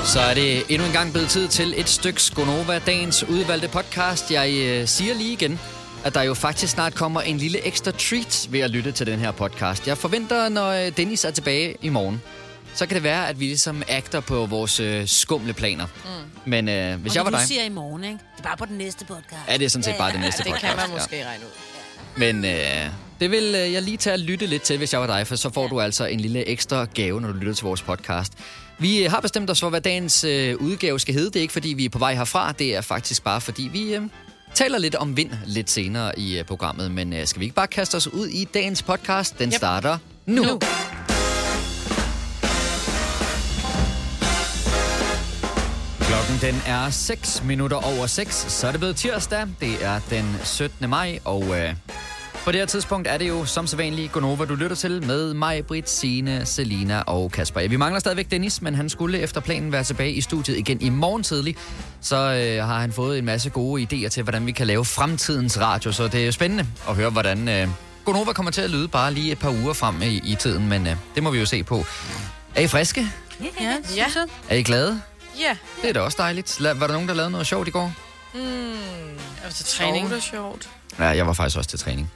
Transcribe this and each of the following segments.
Så er det endnu en gang blevet tid til et stykke Gonova, dagens udvalgte podcast. Jeg siger lige igen, at der jo faktisk snart kommer en lille ekstra treat ved at lytte til den her podcast. Jeg forventer, når Dennis er tilbage i morgen, så kan det være, at vi ligesom agter på vores skumle planer. Men hvis jeg var dig... du siger i morgen, ikke? Det er bare på den næste podcast. Ja, det er sådan set bare den næste podcast. Det kan man måske regne ud. Men det vil jeg lige tage at lytte lidt til, hvis jeg var dig, for så får du altså en lille ekstra gave, når du lytter til vores podcast. Vi har bestemt os for, hvad dagens udgave skal hedde. Det er ikke, fordi vi er på vej herfra. Det er faktisk bare, fordi vi taler lidt om vind lidt senere i programmet. Men skal vi ikke bare kaste os ud i dagens podcast? Den starter nu. Klokken den er 6 minutter over 6, så er det blevet tirsdag. Det er den 17. maj, og på det her tidspunkt er det jo som sædvanligt Gonova, du lytter til med mig, Britt, Signe, Selina og Kasper. Ja, vi mangler stadigvæk Dennis, men han skulle efter planen være tilbage i studiet igen i morgen tidlig. Så har han fået en masse gode idéer til, hvordan vi kan lave fremtidens radio. Så det er jo spændende at høre, hvordan Gonova kommer til at lyde bare lige et par uger frem i tiden. Men det må vi jo se på. Er I friske? Ja. Er I glade? Ja. Det er da også dejligt. Var der nogen, der lavede noget sjovt i går? Jeg var til træning. Det var sjovt. Ja, jeg var faktisk også til træning.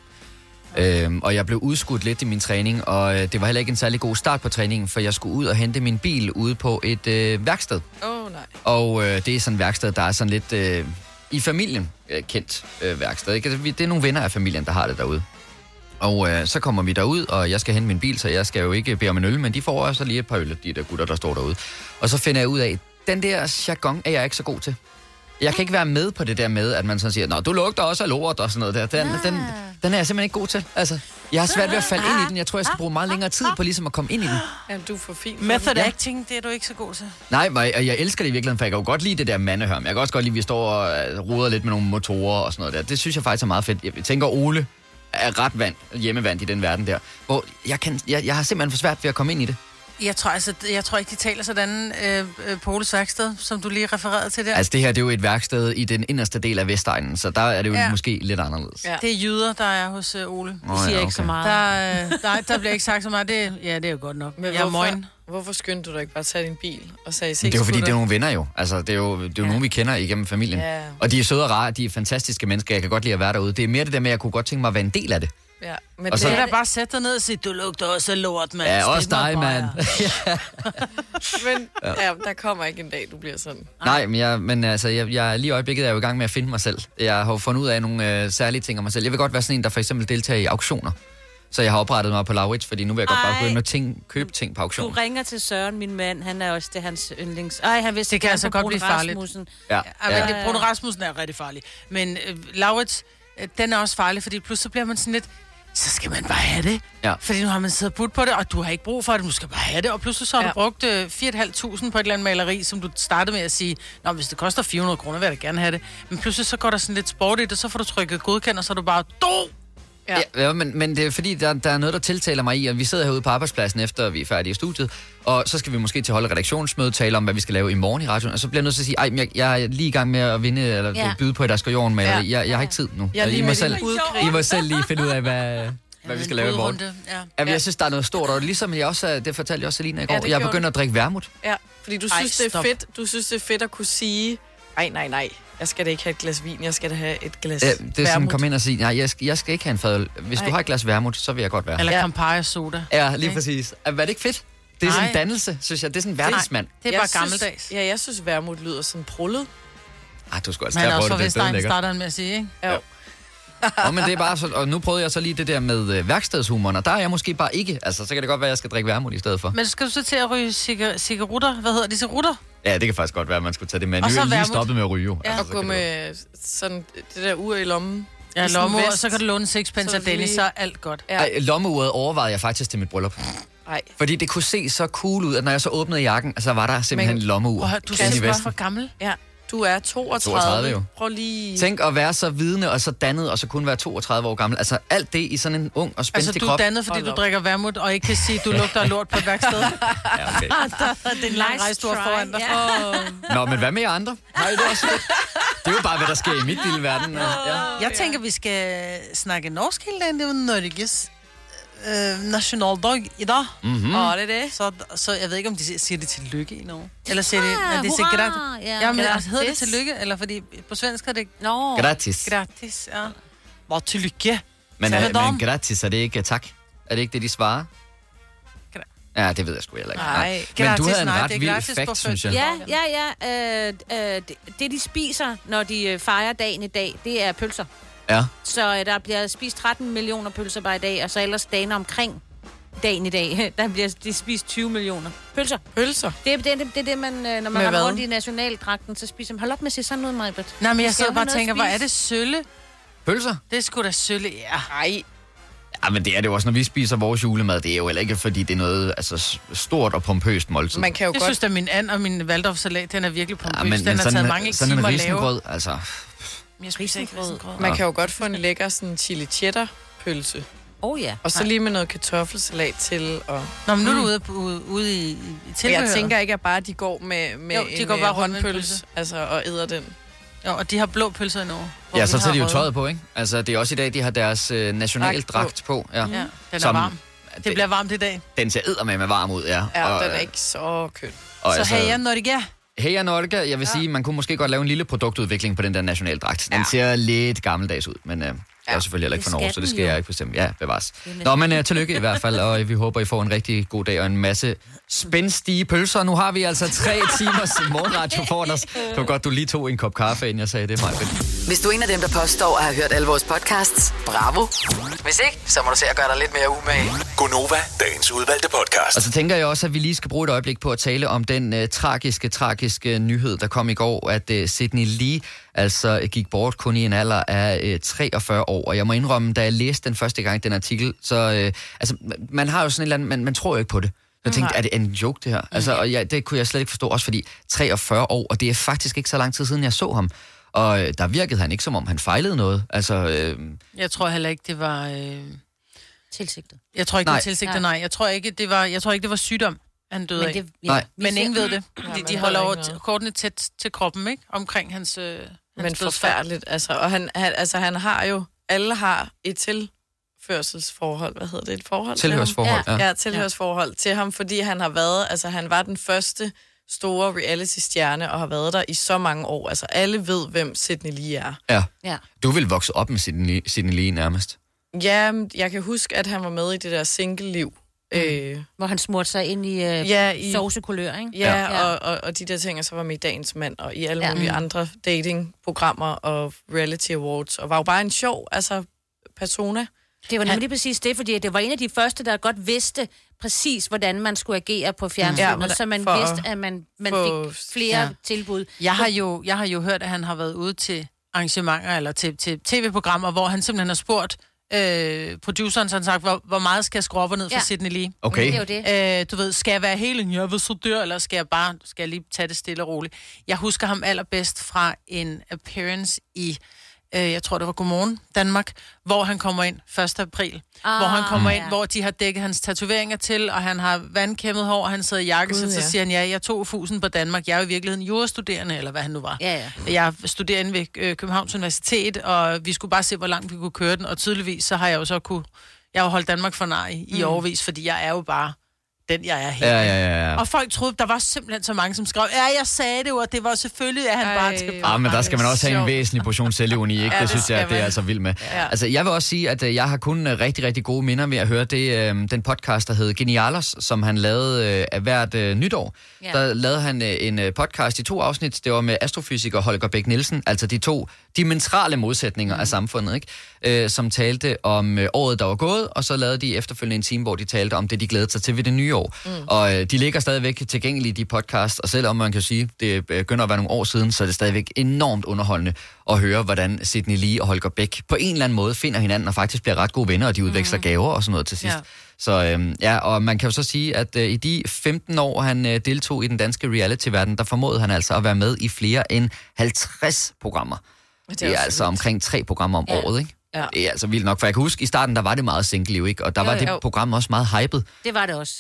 Og jeg blev udskudt lidt i min træning, og det var heller ikke en særlig god start på træningen, for jeg skulle ud og hente min bil ude på et værksted. Nej. Og det er sådan et værksted, der er sådan lidt i familien kendt værksted. Ikke? Det er nogle venner af familien, der har det derude. Og så kommer vi derud, og jeg skal hente min bil, så jeg skal jo ikke bede om en øl, men de får også lige et par øl, de der gutter, der står derude. Og så finder jeg ud af, den der jargon er jeg ikke så god til. Jeg kan ikke være med på det der med, at man sådan siger, nå, du lugter også af lort og sådan noget der. Den er jeg simpelthen ikke god til. Altså, jeg har svært ved at falde ind i den. Jeg tror, jeg skal bruge meget længere tid på ligesom at komme ind i den. Jamen, du er for fin. Method acting, det er du ikke så god til. Nej, jeg elsker det i virkeligheden, for jeg kan jo godt lide det der mandehørm. Jeg kan også godt lide, at vi står og roder lidt med nogle motorer og sådan noget der. Det synes jeg faktisk er meget fedt. Jeg tænker, Ole er ret hjemmevand i den verden der. Hvor jeg har simpelthen for svært ved at komme ind i det. Jeg tror ikke, de taler sådan på Oles værksted, som du lige refererede til der. Altså det her, det er jo et værksted i den inderste del af Vestegnen, så der er det jo måske lidt anderledes. Ja. Det er jyder, der er hos Ole. Det siger ikke så meget. Der bliver ikke sagt så meget. Det er jo godt nok. Men hvorfor skyndte du dig ikke bare at tage din bil og sagde 6 Det er jo fordi, det er nogle venner jo. Altså, det er jo nogen, vi kender igennem familien. Ja. Og de er søde og rare, de er fantastiske mennesker. Jeg kan godt lide at være derude. Det er mere det der med, at jeg kunne godt tænke mig at være en del af det. Ja, men og så er der bare sætte dig ned og sige, du lugter også lort, mand. Ja, også dig, mand. Men der kommer ikke en dag, du bliver sådan. Nej, men jeg lige i øjeblikket er jo i gang med at finde mig selv. Jeg har jo fundet ud af nogle særlige ting om mig selv. Jeg vil godt være sådan en, der for eksempel deltager i auktioner. Så jeg har oprettet mig på Laurits, fordi nu vil jeg godt bare begynde at købe ting på auktion. Du ringer til Søren, min mand. Han er også det hans yndlings. Han vidste, det kan altså godt blive farligt. Ja. Bruno Rasmussen er rigtig farlig. Men Laurits, den er også farlig, fordi pludselig bliver man sådan lidt, så skal man bare have det. Ja. Fordi nu har man siddet og budt på det, og du har ikke brug for det, du skal bare have det. Og pludselig så har du brugt 4.500 på et eller andet maleri, som du startede med at sige, nå, hvis det koster 400 kroner, vil jeg da gerne have det. Men pludselig så går der sådan lidt sport i det, så får du trykket godkend, og så er du bare, Ja, men det er fordi, der er noget, der tiltaler mig i, og vi sidder herude på arbejdspladsen, efter vi er færdige i studiet, og så skal vi måske til at holde redaktionsmøde, tale om, hvad vi skal lave i morgen i radioen, og så bliver jeg nødt til at sige, jeg er lige i gang med at vinde, eller byde på et Asger-Jorn maleri. Jeg har ikke tid nu. I må selv lige finde ud af, hvad vi skal lave i morgen. Jeg synes, der er noget stort, og ligesom jeg også, det fortalte jeg også Selina i går, jeg begynder at drikke vermut. Ja, fordi du synes, det er fedt. Du synes, det er fedt at kunne sige, nej. Jeg skal da ikke have et glas vin, jeg skal da have et glas vermut. Det er sådan, kom ind og sige, nej, jeg skal ikke have en fadøl. Hvis du har et glas vermut, så vil jeg godt være. Eller Campari soda. Ja, lige præcis. Er det ikke fedt? Det er sådan en dannelse, synes jeg. Det er sådan en verdensmand. Det er bare gammeldags. Jeg synes, vermut lyder sådan prullet. Du skal også tage på det. Men også for Vestegn starter han med at sige, ikke? Jo. Men det er bare så, og nu prøvede jeg så lige det der med værkstedshumoren, og der er jeg måske bare ikke. Altså, så kan det godt være, at jeg skal drikke vermut i stedet for. Men skal du så til at ryge cigarutter? Hvad hedder de, cigarutter? Ja, det kan faktisk godt være, at man skulle tage det med. Nu er jeg lige stoppet med at ryge. Ja, og gå med sådan det der ur i lommen. Ja, lommeur, så kan du låne 6 af Dennis, så er alt godt. Ja. Lommeuret overvejede jeg faktisk til mit bryllup. Nej. Fordi det kunne se så cool ud, at når jeg så åbnede jakken, så var der simpelthen en lommeur. Du er bare for gammel. Ja. Du er 32 jo. Prøv lige... Tænk at være så vidende og så dannet, og så kun være 32 år gammel. Altså alt det i sådan en ung og spændstig krop. Altså du er dannet, fordi du drikker vermut, og ikke kan sige, at du lugter lort på et værksted. Ja, okay. Det er en lang rejstur foran dig. Nå, men hvad med jer andre? Nej, det er også fedt. Det er jo bare, hvad der sker i mit lille verden. Ja. Jeg tænker, vi skal snakke norsk hele dagen. Det er jo Norges nationaldag i dag. Mm-hmm. det er det. Så jeg ved ikke, om de siger det tillykke i Norge. Eller siger de siger gratis. Ja, men altså, hedder det tillykke? Eller fordi på svensk er det... Gratis. Gratis, ja. Hvor tillykke. Men gratis, er det ikke tak? Er det ikke det, de svarer? Ja, det ved jeg sgu heller ikke. Nej. Men du havde en ret vild fact, synes jeg. Ja. Det, de spiser, når de fejrer dagen i dag, det er pølser. Ja. Så der bliver spist 13 millioner pølser bare i dag, og så ellers dagen omkring dagen i dag, der bliver de spist 20 millioner pølser. Det er det, man, når man har rundt i nationaldragten, så spiser man. Hold op med at sige sådan noget, Majbert. Nej, men jeg sidder bare og tænker, hvor er det sølle? Pølser? Det er sgu da sølle, ja. Nej. Ja, men det er det jo også, når vi spiser vores julemad. Det er jo heller ikke, fordi det er noget stort og pompøst måltid. Man kan jo jeg synes, at min and og min Waldorf-salat, den er virkelig pompøs. Den har sådan, taget mange sådan timer en at lave. risengrød, altså... Jeg spiser ikke risengrød. Man kan jo godt få en lækker sådan chili cheddar pølse. Ja. Og så lige med noget kartoffelsalat til. Og... Nå, men nu er du ude i tilbehør. Jeg tænker ikke, at bare de går med jo, de går bare rundpølse, altså, og æder den. Jo, og de har blå pølser endnu. Ja, så tager de jo tøjet på, ikke? Altså, det er også i dag, de har deres nationaldragt på. Ja. Den er varm. Det bliver varmt i dag. Den ser eddermame varm ud, ja. Ja, og den er ikke så køn. Så altså, Heja Norge. Heja Norge, jeg vil sige, man kunne måske godt lave en lille produktudvikling på den der nationaldragt. Den ser lidt gammeldags ud, men jeg er selvfølgelig heller ikke fra Norge, så det skal jeg ikke bestemme. Ja, bevares. Nå, men tillykke i hvert fald, og vi håber, I får en rigtig god dag og en masse spændstige pølser. Nu har vi altså 3 timers morgenradio foran os. Det var godt, du lige tog en kop kaffe, inden jeg sagde det, Maja. Hvis du er en af dem, der påstår at have hørt alle vores podcasts, bravo. Hvis ikke, så må du se at gøre dig lidt mere umage. Gonova, dagens udvalgte podcast. Og så tænker jeg også, at vi lige skal bruge et øjeblik på at tale om den tragiske nyhed, der kom i går, at Sydney Lee altså gik bort kun i en alder af 43 år. Og jeg må indrømme, da jeg læste den første gang, den artikel, så altså, man har jo sådan et eller andet, man tror jo ikke på det. Så jeg tænkte, er det en joke, det her? Altså, og det kunne jeg slet ikke forstå, også fordi 43 år, og det er faktisk ikke så lang tid siden, jeg så ham. Og der virkede han ikke, som om han fejlede noget. Altså, jeg tror heller ikke, det var... Tilsigtet. Jeg tror ikke, det var tilsigtet, nej. Jeg tror ikke, det var sygdom, han døde af. Nej. Men ingen ved det. De holder over kortene tæt til kroppen, ikke? Omkring hans men forfærdeligt, altså. Og han har jo... Alle har et tilførselsforhold. Hvad hedder det? Et forhold tilhørsforhold, til ham? Ja, tilhørsforhold til ham, fordi han har været... Altså, han var den første store reality-stjerne og har været der i så mange år. Altså, alle ved, hvem Sydney Lee er. Ja. Du vil vokse op med Sydney Lee nærmest. Ja, jeg kan huske, at han var med i det der single-liv. Hvor han smurte sig ind i sovsekulør, ikke? Ja, og de der ting, og så var med i Dagens Mand, og i alle mulige andre datingprogrammer og reality awards, og var jo bare en sjov, persona. Det var nemlig præcis det, fordi det var en af de første, der godt vidste præcis, hvordan man skulle agere på fjernsynet, så man vidste, at man fik flere tilbud. Jeg har jo hørt, at han har været ude til arrangementer, eller til tv-programmer, hvor han simpelthen har spurgt produceren, så han sagt, hvor meget skal jeg skrue op og ned for Sydney Lee? Okay. Det er jo det. Du ved, skal jeg være helt jeg vil så dør, eller skal jeg lige tage det stille og roligt? Jeg husker ham allerbedst fra en appearance i jeg tror, det var Godmorgen Danmark, hvor han kommer ind 1. april. Hvor han kommer ind, hvor de har dækket hans tatoveringer til, og han har vandkæmmet hår, og han sidder i jakkesæt, så siger han, jeg tog fusen på Danmark. Jeg er jo i virkeligheden jurastuderende, eller hvad han nu var. Ja. Jeg studerer inde ved Københavns Universitet, og vi skulle bare se, hvor langt vi kunne køre den, og tydeligvis så har jeg jo så jeg har holdt Danmark for nar i årevis, fordi jeg er jo bare den, jeg er her. Ja. Og folk troede, der var simpelthen så mange, som skrev, jeg sagde det, og det var selvfølgelig, at han bare til. Men der skal man også have en væsentlig portion selvironi, ikke? Det synes jeg, det er altså vildt med. Ja. Altså, jeg vil også sige, at jeg har kun rigtig, rigtig gode minder ved at høre den podcast, der hed Genialos, som han lavede hvert nytår. Ja. Der lavede han en podcast i 2 afsnit. Det var med astrofysiker Holger Bech Nielsen, altså de 2 diametrale modsætninger af samfundet, ikke? Som talte om året, der var gået, og så lavede de efterfølgende en time, hvor de talte om det, de glædede sig til ved det nye år. Og de ligger stadigvæk tilgængelige, de podcast, og selvom man kan sige, det begynder at være nogle år siden, så er det stadigvæk enormt underholdende at høre, hvordan Sydney Lee og Holger Bech på en eller anden måde finder hinanden og faktisk bliver ret gode venner, og de udveksler gaver og sådan noget til sidst. Ja. Så og man kan jo så sige, at i de 15 år, han deltog i den danske reality-verden, der formåede han altså at være med i flere end 50 programmer. Det er altså omkring 3 programmer om året, ikke? Ja. Det er altså vildt nok, for jeg kan huske, i starten, der var det meget single-liv, ikke? Og der var det program også meget hyped. Det var det også.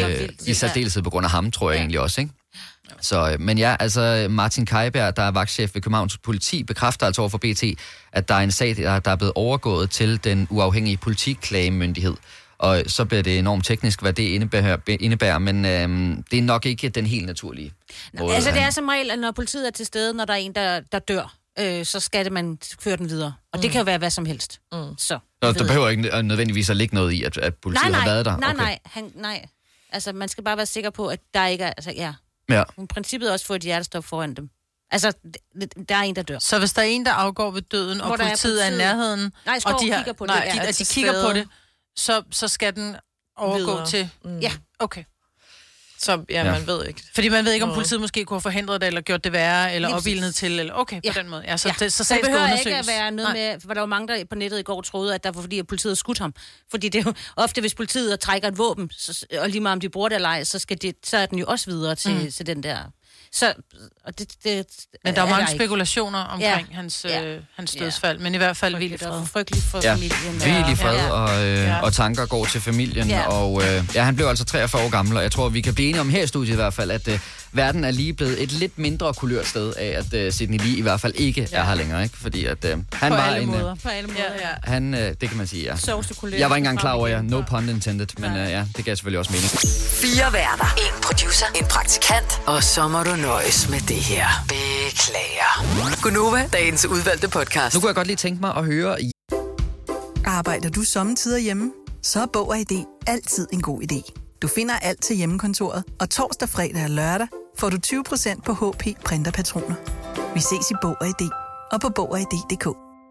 I særdeleshed på grund af ham, tror jeg egentlig også, ikke? Så, men ja, altså Martin Kajberg, der er vagtchef ved Københavns Politi, bekræfter altså over for BT, at der er en sag, der er blevet overgået til den uafhængige politiklagemyndighed. Og så bliver det enormt teknisk, hvad det indebærer, men det er nok ikke den helt naturlige måde. Altså det er som regel, at når politiet er til stede, når der er en, der dør, så skal man føre den videre. Og det kan jo være hvad som helst. Så der behøver ikke nødvendigvis at ligge noget i, at politiet har været der? Nej. Altså man skal bare være sikker på, at der ikke er... Altså, ja. Men princippet er også for et hjertestop foran dem. Altså, der er en, der dør. Så hvis der er en, der afgår ved døden, og politiet er i nærheden, og de kigger på det, de kigger på det, så skal den overgå til... Ja. Okay. Så man ved ikke. Fordi man ved ikke, om politiet måske kunne have forhindret det, eller gjort det værre, eller opildnet til, eller okay, på den måde. Ja, så sagen skal undersøges. Det behøver ikke at være noget med, for der var mange, der på nettet i går troede, at der var fordi, at politiet havde skudt ham. Fordi det er jo ofte, hvis politiet trækker et våben, og lige meget om de bruger det eller ej, så er den jo også videre til den der... Så, og men der er mange spekulationer omkring hans dødsfald, men i hvert fald hvil i fred. Frygteligt for familien. Hvil i fred, og tanker går til familien. Og han blev altså 43 år gammel, og jeg tror, vi kan blive enige om her i studiet i hvert fald, at verden er lige blevet et lidt mindre kulørt sted af, at Sidney Lee i hvert fald ikke er her længere, ikke? Fordi at han var en... På alle måder, det kan man sige, Jeg var ikke engang klar over, no pun intended, men det gav selvfølgelig også mening. 4 værter, 1 producer, 1 praktikant, og så må du nøjes med det her. Beklager. Gunova, dagens udvalgte podcast. Nu kunne jeg godt lige tænke mig at høre... Arbejder du sommetider hjemme? Så er Bog & ID altid en god idé. Du finder alt til hjemmekontoret, og torsdag, fredag og lørdag får du 20% på HP printerpatroner. Vi ses i Bog & ID og på BogAid.dk.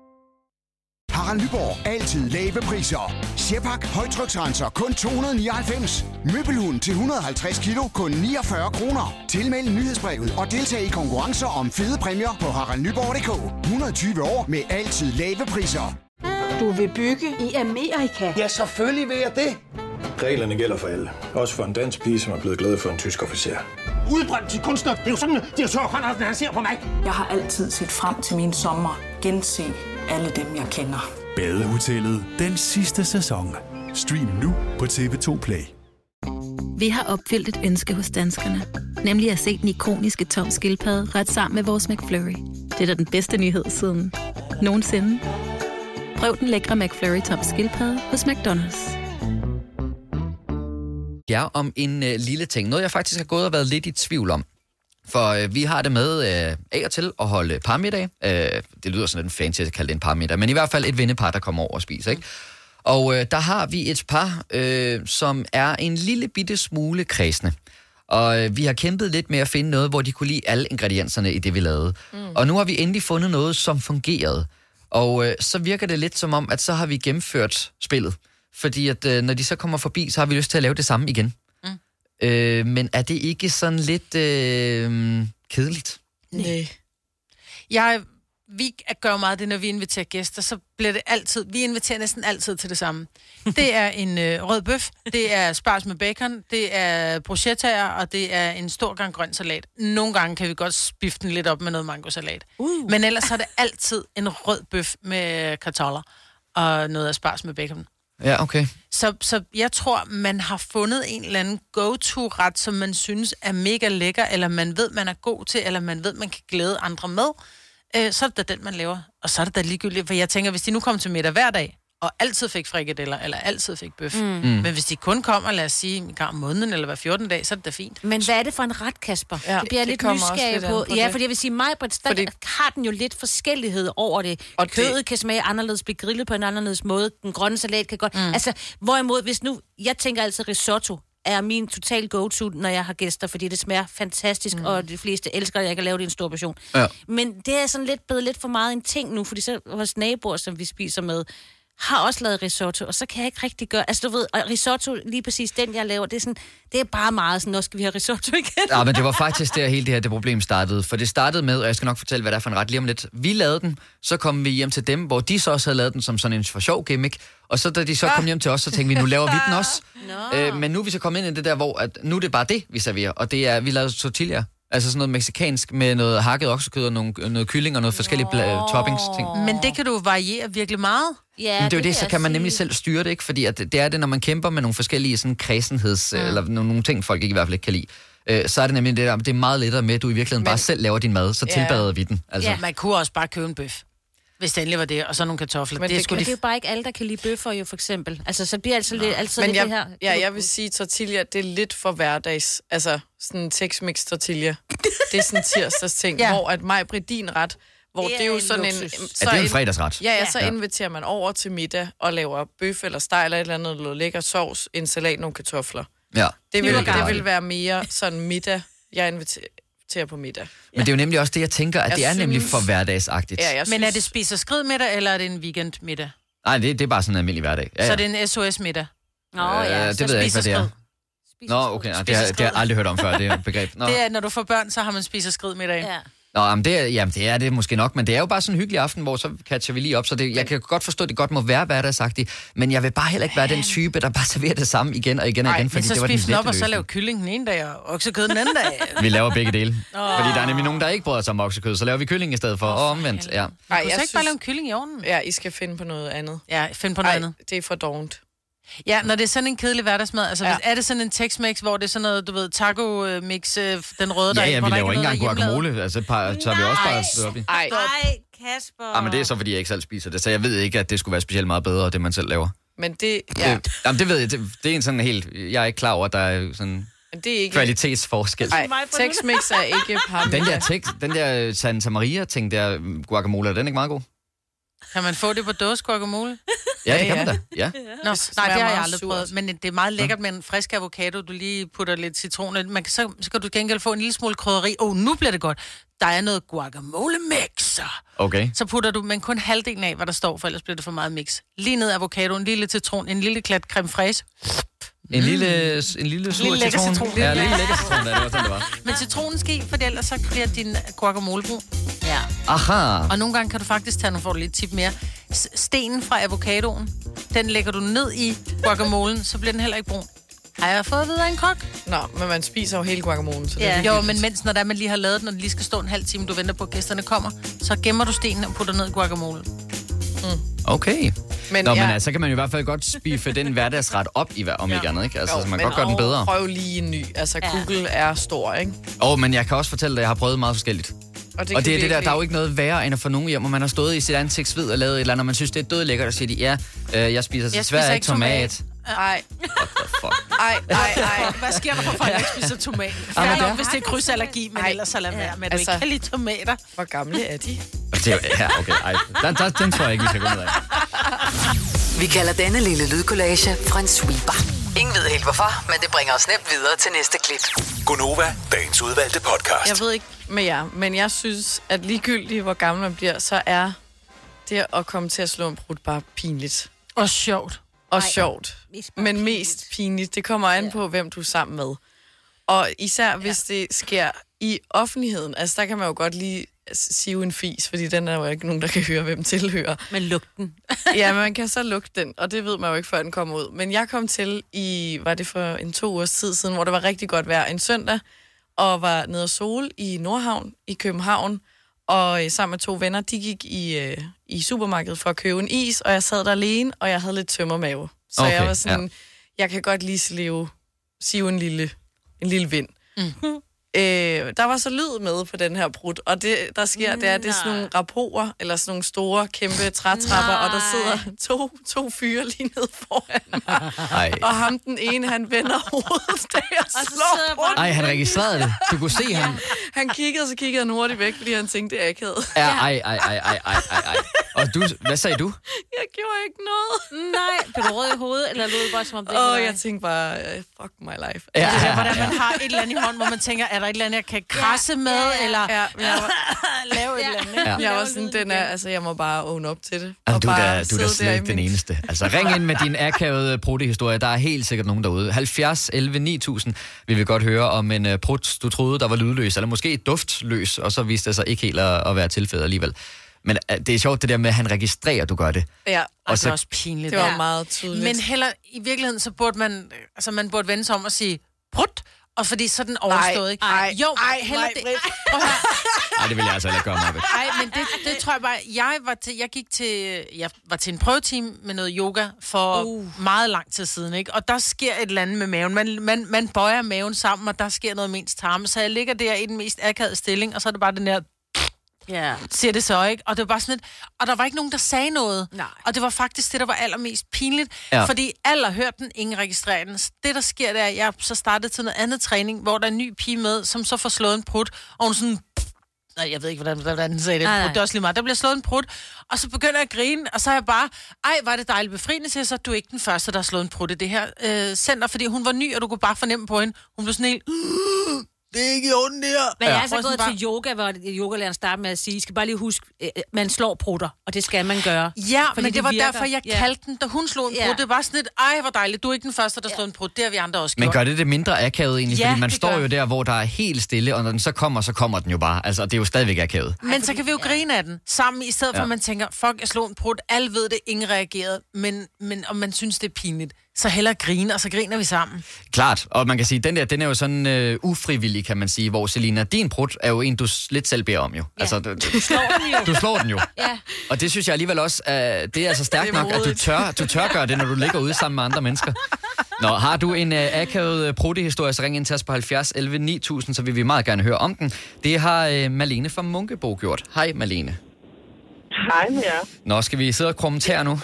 Harald Nyborg. Altid lave priser. Sjehpak højtryksrenser kun 299. Møbelhund til 150 kilo kun 49 kroner. Tilmeld nyhedsbrevet og deltag i konkurrencer om fede præmier på haraldnyborg.dk. 120 år med altid lave priser. Du vil bygge i Amerika? Ja, selvfølgelig vil jeg det. Reglerne gælder for alle. Også for en dansk pige, som er blevet glad for en tysk officer. Udbrændt til kunstner. Det er jo sådan, at direktør Conradsen, han ser på mig. Jeg har altid set frem til min sommer. Gense alle dem, jeg kender. Badehotellet den sidste sæson. Stream nu på TV2 Play. Vi har opfyldt et ønske hos danskerne. Nemlig at se den ikoniske Tom Skildpadde ret sammen med vores McFlurry. Det er da den bedste nyhed siden nogensinde. Prøv den lækre McFlurry Tom Skildpadde hos McDonald's. Ja, om en lille ting. Noget, jeg faktisk har gået og været lidt i tvivl om. For vi har det med af og til at holde parmiddag. Det lyder sådan lidt fancy at kalde det en parmiddag, men i hvert fald et vennepar, der kommer over og spiser, ikke? Og der har vi et par, som er en lille bitte smule kredsende. Og vi har kæmpet lidt med at finde noget, hvor de kunne lide alle ingredienserne i det, vi lavede. Og nu har vi endelig fundet noget, som fungerede. Og så virker det lidt som om, at så har vi gennemført spillet. Fordi at når de så kommer forbi, så har vi lyst til at lave det samme igen. Men er det ikke sådan lidt kedeligt? Nej. Vi gør meget det, når vi inviterer gæster, så bliver det altid... Vi inviterer næsten altid til det samme. Det er en rød bøf, det er spars med bacon, det er bruschettaer, og det er en stor gang grøn salat. Nogle gange kan vi godt spifte den lidt op med noget mangosalat. Men ellers er det altid en rød bøf med kartofler og noget af spars med bacon. Ja, okay. Så jeg tror, man har fundet en eller anden go-to-ret, som man synes er mega lækker, eller man ved, man er god til, eller man ved, man kan glæde andre med. Så er det da den, man laver. Og så er det da ligegyldigt, for jeg tænker, hvis de nu kom til middag hver dag, og altid fik frikadeller, eller altid fik bøf. Men hvis de kun kommer, lad os sige, en gang om måneden, eller hver 14 dag, så er det da fint. Men hvad er det for en ret, Kasper? Ja, det bliver jeg lidt nysgerrig på. Ja, fordi jeg vil sige, der har den jo lidt forskellighed over det. Og kødet kan smage anderledes, blive grillet på en anderledes måde. Den grønne salat kan godt... Altså, hvorimod, hvis nu... Jeg tænker altid risotto er min total go-to, når jeg har gæster, fordi det smager fantastisk, og de fleste elsker, at jeg kan lave det i en stor portion. Ja. Men det er sådan blevet lidt for meget en ting nu, fordi så vores naboer, som vi spiser med, har også lavet risotto, og så kan jeg ikke rigtig gøre... Altså, du ved, og risotto, lige præcis den, jeg laver, det er bare meget sådan, nu skal vi have risotto igen. Ja, men det var faktisk der hele det problem startede. For det startede med, og jeg skal nok fortælle, hvad der er for en ret lige om lidt. Vi lavede den, så kom vi hjem til dem, hvor de så også havde lavet den som sådan en for sjov gimmick. Og så da de så kom hjem til os, så tænkte vi, nu laver vi den også. Men nu er vi så kommet ind i det der, hvor at nu er det bare det, vi serverer. Og det er, vi lavede tortilla. Altså sådan noget mexicansk med noget hakket oksekød og noget kylling og noget forskellige toppings ting. Men det kan du variere virkelig meget. Ja, men det er jo det, så kan man nemlig selv styre det, ikke? Fordi at det er det, når man kæmper med nogle forskellige sådan kredsenheds, eller nogle ting, folk ikke i hvert fald ikke kan lide. Så er det nemlig det er meget lettere med, at du i virkeligheden bare selv laver din mad, så tilbereder vi den. Altså. Ja, man kunne også bare købe en bøf. Hvis det endelig var det, og så nogle kartofler. Men det er jo bare ikke alle, der kan lide bøffer jo, for eksempel. Altså, så bliver altid lidt det her. Ja, jeg vil sige, tortilla, det er lidt for hverdags. Altså, sådan en Tex-Mex tortilla. Det er sådan en tirsdags ting, hvor at Maj-Brit din ret, hvor det er jo sådan en... Så det er en fredagsret. Ja, så inviterer man over til middag og laver bøf eller steg eller et eller andet, eller lækker sovs, en salat, nogle kartofler. Ja. Det vil være mere sådan middag, jeg inviterer på middag. Men det er jo nemlig også det, jeg tænker, at det er nemlig for hverdagsagtigt. Ja, men er det spis- og skrid-middag, eller er det en weekend-middag? Nej, det er bare sådan en almindelig hverdag. Ja. Så er det en SOS-middag? Nå, ja. Det ved jeg ikke, hvad det er. Nå, okay. Nej, det har jeg aldrig hørt om før, det begreb. Nå. Det er, når du får børn, så har man spis- og skrid-middag. Ja. Nå, det er det måske nok, men det er jo bare sådan en hyggelig aften, hvor så catcher vi lige op, så jeg kan godt forstå, at det godt må være hverdagsagtigt, men jeg vil bare heller ikke være den type, der bare serverer det samme igen og igen og igen, fordi det var den lette løsning. op og så lave kylling den ene dag, og oksekød den anden dag. Vi laver begge dele, fordi der er nemlig nogen, der ikke bryder sig om oksekød, så laver vi kylling i stedet for, og omvendt. Ja. Nej, jeg ikke bare lave en kylling i ovnen? Ja, I skal finde på noget andet. Ja, finde på noget andet. Det er for dovent. Ja, når det er sådan en kedelig hverdagsmad, altså er det sådan en Tex-Mex, hvor det er sådan noget, du ved, taco-mix, den røde der... Ja, vi laver ikke engang guacamole, altså tager vi også bare op i. Nej, Kasper. Men det er så, fordi jeg ikke selv spiser det, så jeg ved ikke, at det skulle være specielt meget bedre, det man selv laver. Men det... Jamen, det ved jeg, det er en sådan helt... Jeg er ikke klar over, at der er sådan... Det er ikke... kvalitetsforskel. Nej, Tex-Mex er ikke parmesan. Den der Santa Maria-ting der, guacamole, er den ikke meget god? Kan man få det på dåse guacamole? Ja, det kan man da. Ja. Nå, nej, det har jeg aldrig prøvet. Men det er meget lækkert med en frisk avocado. Du lige putter lidt citron. Så kan du gengæld få en lille smule krydderi. Nu bliver det godt. Der er noget guacamole-mixer. Okay. Så putter du, men kun halvdelen af, hvad der står, for ellers bliver det for meget mix. Lige ned avocado, en lille citron, en lille klat creme fraise. En lille sur citron. Ja, en lille lækker citron, det var sådan, det var. Men citronen skal i, for ellers så bliver din guacamole brun. Ja. Aha. Og nogle gange kan du faktisk tage, nu får du lidt tip mere, stenen fra avocadoen, den lægger du ned i guacamolen, så bliver den heller ikke brun. Har jeg fået videre en kok? Nå, men man spiser jo hele guacamolen, så det er jo, men mens når man lige har lavet den, og den lige skal stå en halv time, du venter på, at gæsterne kommer, så gemmer du stenen og putter ned i guacamolen. Okay. Men så kan man jo i hvert fald godt spiffe den hverdagsret op om ikke andet, ikke? Altså, så man kan godt gøre den bedre. Prøv lige en ny. Altså, Google er stor, ikke? Men jeg kan også fortælle dig, at jeg har prøvet meget forskelligt. Og det er det der, der er jo ikke noget værre, end at få nogen hjem, og man har stået i sit ansigtsvid og lavet et eller andet, og man synes, det er død lækkert, og siger de, jeg spiser desværre ikke tomat. Ej. What the fuck? Ej. Hvad sker der for folk, der ikke spiser tomat? Færdig hvis det er krydsallergi, men ellers så lad være med, at du ikke kan lide tomater. Hvor gamle er de? Ja, okay, ej. Den tror jeg ikke, vi skal gå ned af. Vi kalder denne lille lydkollage en sweeper. Ingen ved helt hvorfor, men det bringer os nemt videre til næste klip. Gonova, dagens udvalgte podcast. Jeg ved ikke med jer, men jeg synes, at ligegyldigt hvor gammel man bliver, så er det at komme til at slå en brud bare pinligt. Og sjovt. Men mest pinligt. Det kommer an på, hvem du er sammen med. Og især hvis det sker i offentligheden. Altså, der kan man jo godt lige sive en fis, fordi den er jo ikke nogen, der kan høre, hvem tilhører. Men lugten. Ja, man kan så lugte den, og det ved man jo ikke, før den kommer ud. Men jeg kom til var det for 2 ugers tid siden, hvor det var rigtig godt vejr en søndag, og var nede og sol i Nordhavn i København, og sammen med 2 venner, de gik i supermarkedet for at købe en is, og jeg sad der alene, og jeg havde lidt tømmermave. Så okay, jeg var sådan, jeg kan godt lige sive en lille vind. Mm. Der var så lyd med på den her brud, og det, der sker, det er sådan nogle rapporter, eller sådan nogle store, kæmpe trætrapper, og der sidder to fyre lige nede foran mig. Og ham, den ene, han vender hovedet, da jeg slår rundt. Ej, han registrerede det. Du kunne se ham. Han kiggede, så kiggede han hurtigt væk, fordi han tænkte, det er akavet. Ja, ej. Og hvad sagde du? Jeg gjorde ikke noget. Nej, blev du rød i hovedet, eller lød bare som om det jeg tænkte bare, fuck my life. Ja. Det er hvordan man har et eller andet i hånden, hvor man tænker, er der et eller andet, jeg kan krasse med, eller lave et eller andet. Ja. Jeg var sådan, jeg må bare own up til det. Altså, du er da slet ikke den eneste. Altså, ring ind med din akavede brudtehistorie. Der er helt sikkert nogen derude. 70 11 9000 vil vi godt høre om en brud, du troede, der var lydløs, eller måske duftløs, og så viste det sig ikke helt at være tilfældet alligevel. Men det er sjovt det der med, at han registrerer, at du gør det. Ja, og det er også pinligt. Det var meget tydeligt. Men heller, i virkeligheden, så burde man burde vende sig om og sige, brud, og fordi så er den overstået, ikke? Heller det. Nej, det vil jeg altså ikke gøre mig ved. Nej, men det tror jeg bare, jeg var til en prøvetime med noget yoga for meget lang tid siden, ikke? Og der sker et eller andet med maven. Man bøjer maven sammen, og der sker noget med ens tarme. Så jeg ligger der i den mest akavede stilling, og så er det bare den der... siger det så, ikke? Og det var bare sådan lidt, og der var ikke nogen, der sagde noget. Nej. Og det var faktisk det, der var allermest pinligt. Ja. Fordi alle har hørt den, ingen registrerer den. Det, der sker, det er, at jeg så startede til noget andet træning, hvor der er en ny pige med, som så får slået en prut, og hun sådan... Nej, jeg ved ikke, hvordan den sagde det. Nej. Det er også lige meget. Der bliver slået en prut, og så begynder jeg at grine, og så er jeg bare, var det dejligt befriende, siger så, du er ikke den første, der har slået en prut i det her center, fordi hun var ny, og du kunne bare fornemme på hende. Hun blev sådan helt... Det er ikke i orden, det her. Men jeg er så gået til yoga, hvor yogalæreren starter med at sige, I skal bare lige huske, man slår prutter, og det skal man gøre. Ja, men det var virker. Derfor, jeg kaldte den, da hun slog en prut. Det var sådan lidt, hvor dejligt, du er ikke den første, der slår en prut. Det har vi andre også gjort. Men gør det mindre akavet egentlig? Fordi man står jo der, hvor der er helt stille, og når den så kommer den jo bare. Altså, det er jo stadigvæk akavet. Men så kan vi jo grine af den sammen, i stedet for at man tænker, fuck, jeg slog en prut, alle ved det, ingen reagerede, men om man synes, det er pinligt. Så hellere grine, og så griner vi sammen. Klart, og man kan sige, den er jo sådan ufrivillig, kan man sige, hvor Selina, din prut er jo en, du lidt selv beder om jo. Ja. Altså, du slår den jo. Du slår den jo. Ja. Og det synes jeg alligevel også, det er altså stærkt nok, at du tør gøre det, når du ligger ude sammen med andre mennesker. Nå, har du en akavet pruttehistorie, så ring ind til os på 70 11 9000, så vil vi meget gerne høre om den. Det har Malene fra Munkebo gjort. Hej Malene. Hej med jer. Nå, skal vi sidde og kommentere nu?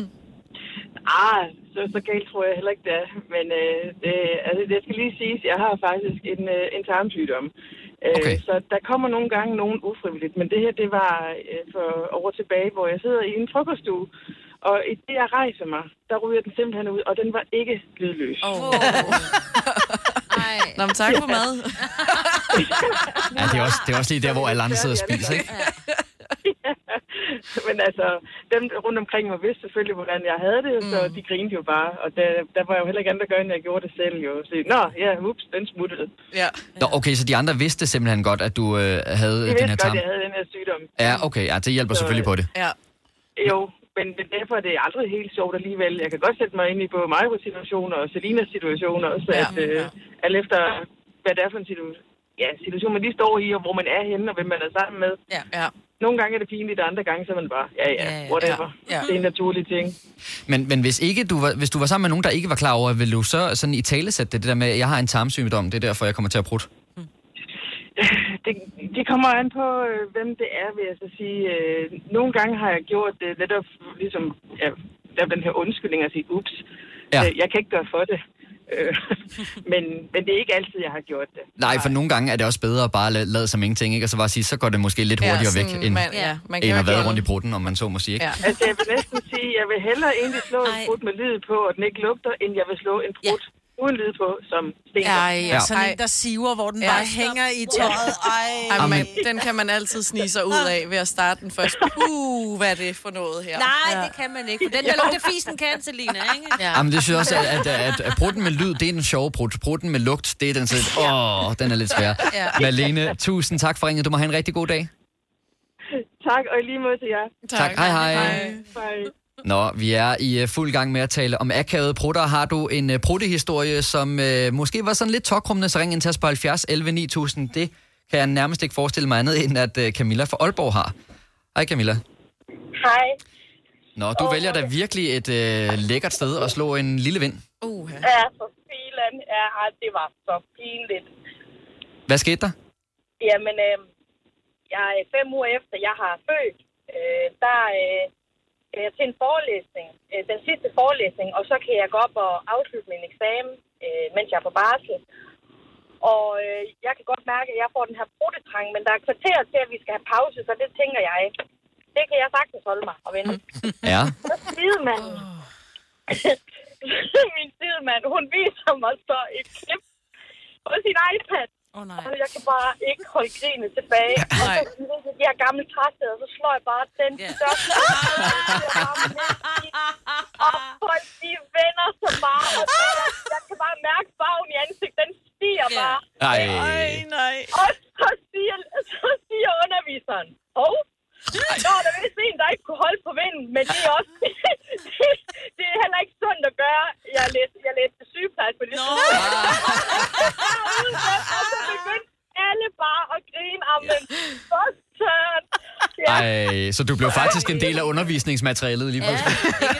Så galt tror jeg heller ikke, det er. Men det skal lige siges, jeg har faktisk en tarmsygdom. Okay. Så der kommer nogle gange nogen ufrivilligt. Men det her, det var for år tilbage, hvor jeg sidder i en frokoststue. Og i det, jeg rejser mig, der ryger den simpelthen ud, og den var ikke lydløs. Nå, men tak for mad. Ja, det er også lige der, hvor alle andre sidder og spiser, ikke? Men altså, dem rundt omkring mig vidste selvfølgelig, hvordan jeg havde det, så de grinede jo bare. Og der var jo heller ikke andre, der gør, end jeg gjorde det selv. Jo. Så, den smuttede. Ja. Nå, okay, så de andre vidste simpelthen godt, at du havde den her tarm? De vidste godt, at jeg havde den her sygdom. Ja, okay, det hjælper selvfølgelig på det. Ja. Jo, men derfor er det aldrig helt sjovt alligevel. Jeg kan godt sætte mig ind i både Majros situationer og Selinas situationer også, alt efter, hvad det er for en situation, man lige står i, og hvor man er henne, og hvem man er sammen med. Ja. Nogle gange er det pinligt, og andre gange så er man bare, whatever. Ja. Det er en naturlig ting. Men hvis du var sammen med nogen, der ikke var klar over, ville du så sådan i talesætte det der med, at jeg har en tarmsygdom, det er derfor, jeg kommer til at prutte? Det kommer an på, hvem det er, vil jeg så sige. Nogle gange har jeg gjort det netop ligesom, den her undskyldning at sige, ups, jeg kan ikke gøre for det. men det er ikke altid, jeg har gjort det. Nej, for nogle gange er det også bedre at bare lade som ingenting, ikke? Og så bare sige, så går det måske lidt hurtigere væk, end at være rundt i prutten, om man så må sige, ikke? Ja. Altså, jeg vil næsten sige, jeg vil hellere egentlig slå en prut med lyd på, og den ikke lugter, end jeg vil slå en prut uden lyd på, som stinker. Sådan en, der siver, hvor den bare hænger i tøjet. Den kan man altid snige sig ud af ved at starte den først. Hvad er det for noget her? Nej, det kan man ikke, for den der lugter fisen kan, Selina, ikke? Ja. Jamen, det synes jeg også, at prutten med lyd, det er den sjove prut. Prutten med lugt, det er den sådan, den er lidt svær. Malene, tusind tak for ringet. Du må have en rigtig god dag. Tak, og i lige måde til jer. Tak. Hej. Nå, vi er i fuld gang med at tale om akavede prutter. Har du en pruttehistorie, som måske var sådan lidt tokrummende, så ring ind til os på 70 11 9000. Det kan jeg nærmest ikke forestille mig andet, end at Camilla fra Aalborg har. Hej Camilla. Hej. Nå, du vælger da virkelig et lækkert sted at slå en lille vind. Ja, for filen. Ja, det var så pinligt. Hvad skete der? Jamen, jeg er 5 uger efter, jeg har født. Til en forelæsning, den sidste forelæsning, og så kan jeg gå op og afslutte min eksamen, mens jeg er på barsel. Og jeg kan godt mærke, at jeg får den her bruttetrang, men der er kvarter til, at vi skal have pause, så det tænker jeg, det kan jeg sagtens holde mig og vente. Ja. Så sidemanden, min sidemand, hun viser mig så et klip på sin iPad. Og jeg kan bare ikke holde grinet tilbage. Og så de her gamle træsteder, så slår jeg bare den største. Og folk, de vender så meget. Og jeg kan bare mærke farven i ansigtet, den stiger bare. Nej. Og så siger underviseren, nå, der er vist en, der ikke kunne holde på vinden, men det er også, det er heller ikke sundt at gøre. Jeg læste sygeplejerske på det og så begyndte alle bare at grine af men så tørt. Så du blev faktisk en del af undervisningsmaterialet lige pludselig.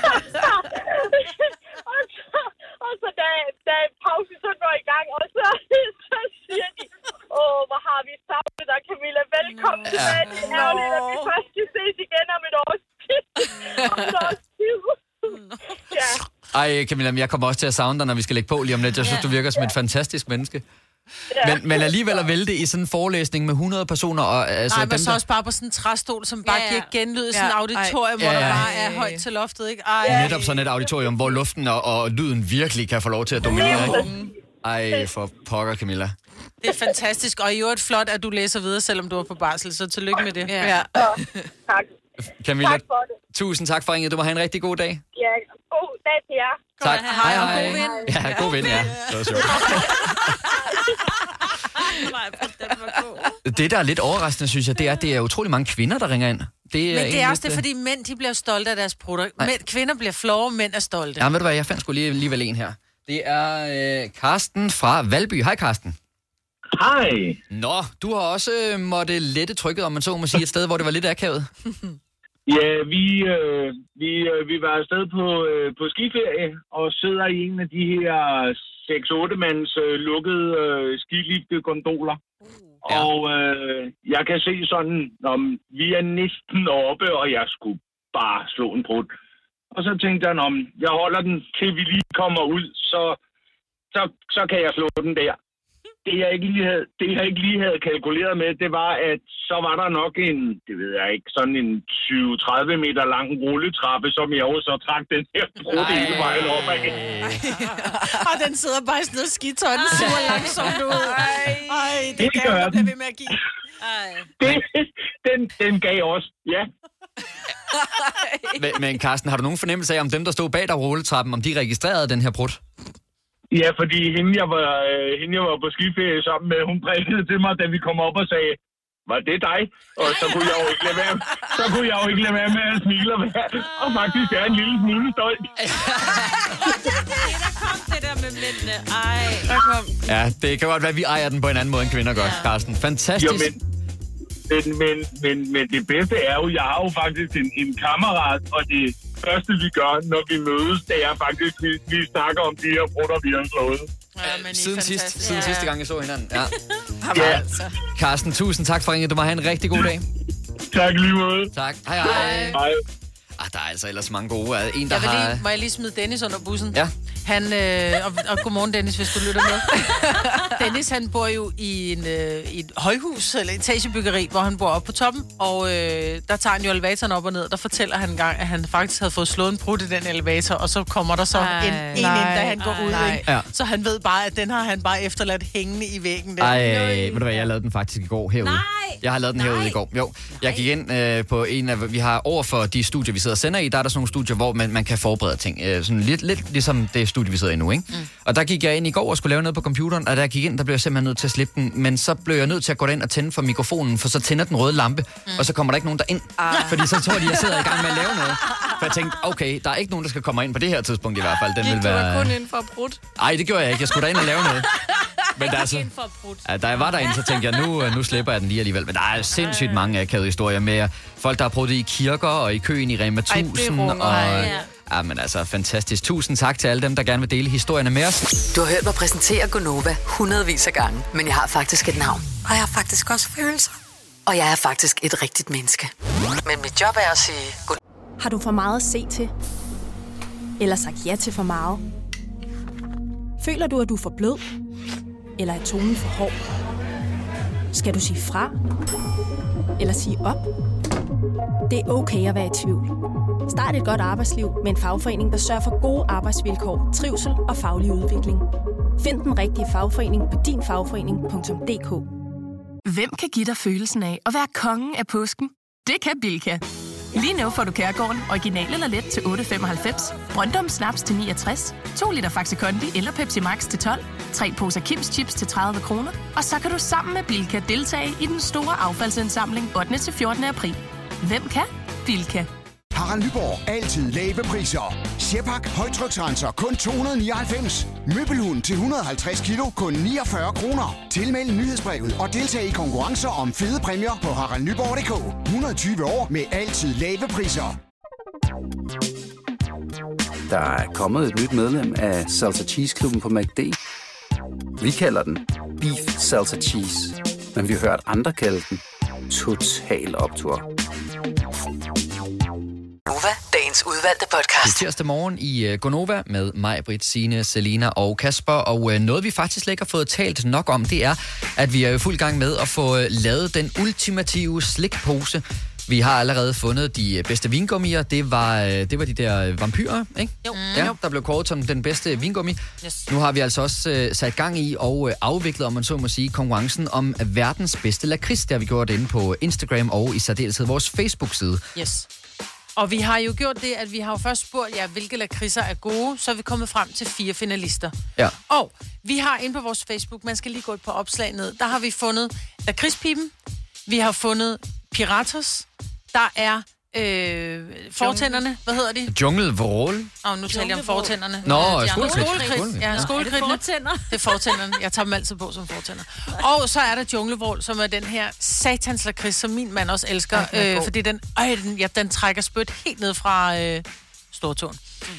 Og så da pausen så går i gang, og så siger de, hvor har vi savnet dig, Camilla, velkommen. det er ærgerligt, at vi først skal ses igen om et års tid. Ja. Ej, Camilla, jeg kommer også til at savne dig, når vi skal lægge på lige om lidt. Jeg synes, du virker som et fantastisk menneske. Ja. Men alligevel at vælte i sådan en forelæsning med 100 personer. Og, altså, nej, men så også bare på sådan en træstol, som bare giver genlyd i sådan et auditorium, hvor der bare er højt til loftet, ikke? Ej. Netop sådan et auditorium, hvor luften og lyden virkelig kan få lov til at dominere, ikke? Ej, for pokker, Camilla. Det er fantastisk, og i øvrigt flot, at du læser videre, selvom du er på barsel, så tillykke med det. Ja. Tak. Camilla, tusind tak for ringet. Du må have en rigtig god dag. Ja, god dag til jer. Tak. Hej, og god vind. Ja, god vind, ja. Det var sjovt. Det, der er lidt overraskende, synes jeg, det er, at det er utrolig mange kvinder, der ringer ind. Men det er også det, fordi mænd, de bliver stolte af deres produkter. Kvinder bliver flove, mænd er stolte. Ja, ved du hvad, jeg fandt sgu alligevel en her. Det er Karsten fra Valby. Hej, Karsten. Hej. Nå, du har også måttet lette trykket, om man så må sige, et sted, hvor det var lidt akavet. Ja, vi var afsted på skiferie og sidder i en af de her 6-8-mands lukkede skilifte-gondoler. Ja. Og jeg kan se sådan, om vi er næsten oppe, og jeg skulle bare slå en brud. Og så tænkte jeg, om jeg holder den, til vi lige kommer ud, så kan jeg slå den der. Det jeg ikke lige havde kalkuleret med, det var, at så var der nok det ved jeg ikke, sådan en 20-30 meter lang rulletrappe, som jeg også så trak den her brud hele vejen op af. Og den sidder bare i sådan noget skitøj, den suger langsomt ud. Ej, det kan jeg blive ved med at give. Den gav også, ja. Men Karsten, har du nogen fornemmelse af, om dem, der stod bag dig rulletrappen, om de registrerede den her brud? Ja, fordi hende jeg var på skiferie sammen med, hun prikkede til mig, da vi kom op og sagde, var det dig? Og så kunne jeg jo ikke lade være med, at smile og faktisk er en lille smule stolt. Der kom det der med mændene. Ej. Der kom. Ja, det kan godt være, at vi ejer den på en anden måde end kvinder gør, Karsten. Fantastisk. Jo, men det bedste er jo, jeg har jo faktisk en kammerat, og det første, vi gør, når vi mødes, det er faktisk, vi snakker om de her brutter, vi har slået. Ja, siden sidste gang, jeg så hinanden. Ja. Ja. Karsten, tusind tak for ringet. Du må have en rigtig god dag. Tak lige måde. Tak. Hej. Hej. Der er altså ellers mange gode. Må jeg lige smide Dennis under bussen? Ja. Han, og godmorgen Dennis, hvis du lytter med. Dennis, han bor jo i et højhus, eller etagebyggeri, hvor han bor oppe på toppen, og der tager han jo elevatoren op og ned, der fortæller han engang, at han faktisk havde fået slået en brud i den elevator, og så kommer der så en ind, da han går ud, ikke? Ja. Så han ved bare, at den har han bare efterladt hængende i væggen. Ved du hvad, jeg lavede den faktisk i går herude. Jeg har lavet den herude i går. Jo, jeg gik ind på en af, vi har over for de studier, vi sidder og sender i, der er der sådan nogle studier, hvor man kan forberede ting. Sådan lidt ligesom det studie, vi sidder i nu, ikke? Og der gik jeg ind i går og skulle lave noget på computeren, og da jeg gik ind, der blev jeg simpelthen nødt til at slippe den, men så blev jeg nødt til at gå ind og tænde for mikrofonen, for så tænder den røde lampe, og så kommer der ikke nogen derind. Fordi så tror de, jeg sidder i gang med at lave noget. For jeg tænkte, okay, der er ikke nogen, der skal komme ind på det her tidspunkt i hvert fald. Den vil være... Du var kun ind for at brudt? Nej, det gjorde jeg ikke. Jeg skulle derind og lave noget. Men der er så... da jeg var derinde, så tænkte jeg, nu slipper jeg den lige alligevel. Men der er sindssygt mange akavede historier med folk, der har prøvet det i kirker og i køen i Rema 1000. Ja, men altså fantastisk. Tusind tak til alle dem, der gerne vil dele historierne med os. Du har hørt mig præsentere Gonova hundredvis af gange, men jeg har faktisk et navn. Og jeg har faktisk også følelser. Og jeg er faktisk et rigtigt menneske. Men mit job er at sige... Har du for meget at se til? Eller sagt ja til for meget? Føler du, at du er for blød? Eller er tonen for hård? Skal du sige fra? Eller sige op? Det er okay at være i tvivl. Start et godt arbejdsliv med en fagforening, der sørger for gode arbejdsvilkår, trivsel og faglig udvikling. Find den rigtige fagforening på dinfagforening.dk. Hvem kan give dig følelsen af at være kongen af påsken? Det kan Bilka. Lige nu får du Kærgården original eller let til 8,95, Brøndum Snaps til 69, 2 liter Faxi Kondi eller Pepsi Max til 12, 3 poser Kims Chips til 30 kroner, og så kan du sammen med Bilka deltage i den store affaldsindsamling 8. til 14. april. Hvem kan? Bilka. Harald Nyborg. Altid lave priser. Sjehpak højtryksrenser kun 299. Møbelhund til 150 kilo kun 49 kroner. Tilmeld nyhedsbrevet og deltag i konkurrencer om fede præmier på haraldnyborg.dk. 120 år med altid lave priser. Der er kommet et nyt medlem af Salsa Cheese Klubben på McD. Vi kalder den Beef Salsa Cheese, men vi har hørt andre kalde den total optur. Nova, dagens udvalgte podcast. Det er tirsdag morgen i Gonova med mig, Britt, Signe, Selina og Kasper. Og noget, vi faktisk ikke har fået talt nok om, det er, at vi er i fuld gang med at få lavet den ultimative slikpose. Vi har allerede fundet de bedste vingummier. Det var de der vampyrer, ikke? Jo. Ja, der blev kåret som den bedste vingummi. Yes. Nu har vi altså også sat gang i og afviklet, om man så må sige, konkurrencen om verdens bedste lakrids. Det har vi gjort inde på Instagram og i særdeleshed vores Facebook-side. Yes. Og vi har jo gjort det, at vi har jo først spurgt jer, hvilke lakridser er gode, så er vi kommet frem til 4 finalister. Ja. Og vi har inde på vores Facebook, man skal lige gå på opslag ned, der har vi fundet lakridspiben, vi har fundet Piratos, der er fortænderne, hvad hedder de? Junglevrål. Nu taler jeg om fortænderne. Nå, skolekridt. Ja, skolekridt. Det er fortænderne. Jeg tager dem altid på som fortænder. Og så er der junglevrål, som er den her satans lakrids, som min mand også elsker, fordi den trækker spyt helt ned fra stortåen.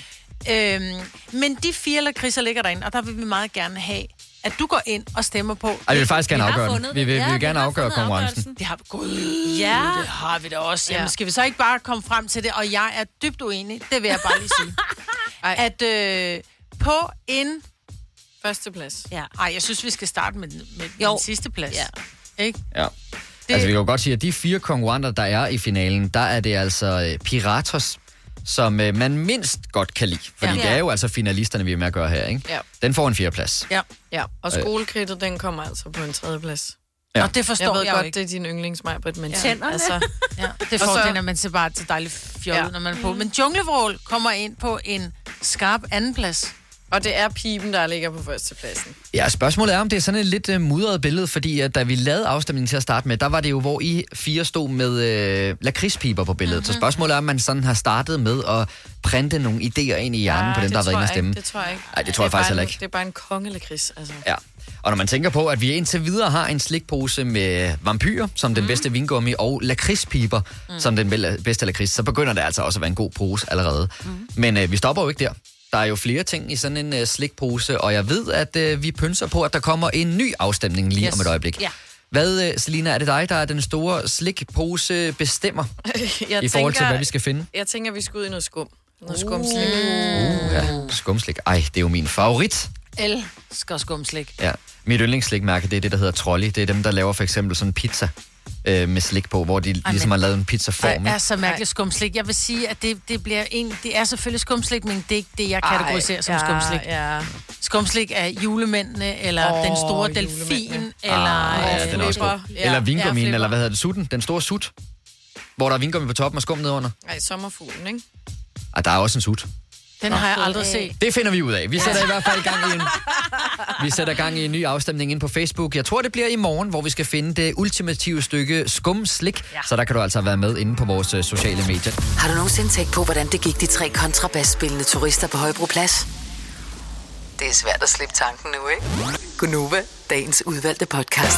Men de 4 lakridser ligger derinde, og der vil vi meget gerne have, at du går ind og stemmer på. Vi vil faktisk gerne afgøre den. Vi vil gerne afgøre konkurrencen. Det har vi det har vi da også. Jamen, skal vi så ikke bare komme frem til det? Og jeg er dybt uenig, det vil jeg bare lige sige. At på en førsteplads. Ja. Jeg synes, vi skal starte med den sidste plads. Ja. Ikke? Ja. Altså, vi kan jo godt sige, at de 4 konkurrenter, der er i finalen, der er det altså Piratos, som man mindst godt kan lide. Fordi det er jo altså finalisterne, vi er med at gøre her, ikke? Ja. Den får en 4. plads. Ja. Og skolekridtet, den kommer altså på en 3. plads. Ja. Og det forstår jeg ved godt, ikke. det er din yndlingsmajbrit, men tænderne. Altså, det får den, at man ser bare til dejligt fjollet ud, når man er på. Men junglevrål kommer ind på en skarp 2. plads. Og det er piben, der ligger på førstepladsen. Ja, spørgsmålet er, om det er sådan et lidt mudret billede, fordi at da vi lavede afstemningen til at starte med, der var det jo, hvor I 4 stod med lakridspiber på billedet. Så spørgsmålet er, om man sådan har startet med at printe nogle idéer ind i hjernen på dem, der har været inde og stemme. Det tror jeg ikke. Nej, det tror jeg faktisk heller ikke. Det er bare en kongelakrids, altså. Ja. Og når man tænker på, at vi indtil videre har en slikpose med vampyrer som den bedste vingummi, og lakridspiber som den bedste lakrids, så begynder det altså også at være en god pose allerede. Men vi stopper jo ikke der. Der er jo flere ting i sådan en slikpose, og jeg ved, at vi pynser på, at der kommer en ny afstemning lige om et øjeblik. Ja. Hvad, Selina, er det dig, der er den store slikpose bestemmer i forhold til, hvad vi skal finde? Jeg tænker, vi skal ud i noget skum. Noget skumslik. Ja, skumslik. Ej, det er jo min favorit. Elsker skumslik. Ja, mit yndlingsslikmærke, det er det, der hedder Trolley. Det er dem, der laver for eksempel sådan en pizza med slik på, hvor de ligesom har lavet en pizzaform. Det er så mærkeligt skumslik. Jeg vil sige, at det er selvfølgelig skumslik, men det er ikke det, jeg kategoriserer som skumslik. Ja. Skumslik er julemændene, eller den store delfin, eller vingummien, eller hvad hedder det, sutten? Den store sut, hvor der er vingummi på toppen og skum nedenunder. Nej, sommerfuglen, ikke? Der er også en sut. Den har jeg aldrig set. Det finder vi ud af. Vi sætter i hvert fald gang i en ny afstemning ind på Facebook. Jeg tror, det bliver i morgen, hvor vi skal finde det ultimative stykke skumslik. Ja. Så der kan du altså være med inde på vores sociale medier. Har du nogensinde tænkt på, hvordan det gik de 3 kontrabasspillende turister på Højbroplads? Det er svært at slippe tanken nu, ikke? Gonova, dagens udvalgte podcast.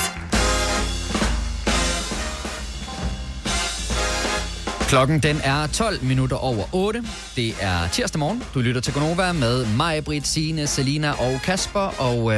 Klokken den er 12 minutter over 8. Det er tirsdag morgen. Du lytter til Gonova med mig, Britt, Signe, Selina og Kasper. Og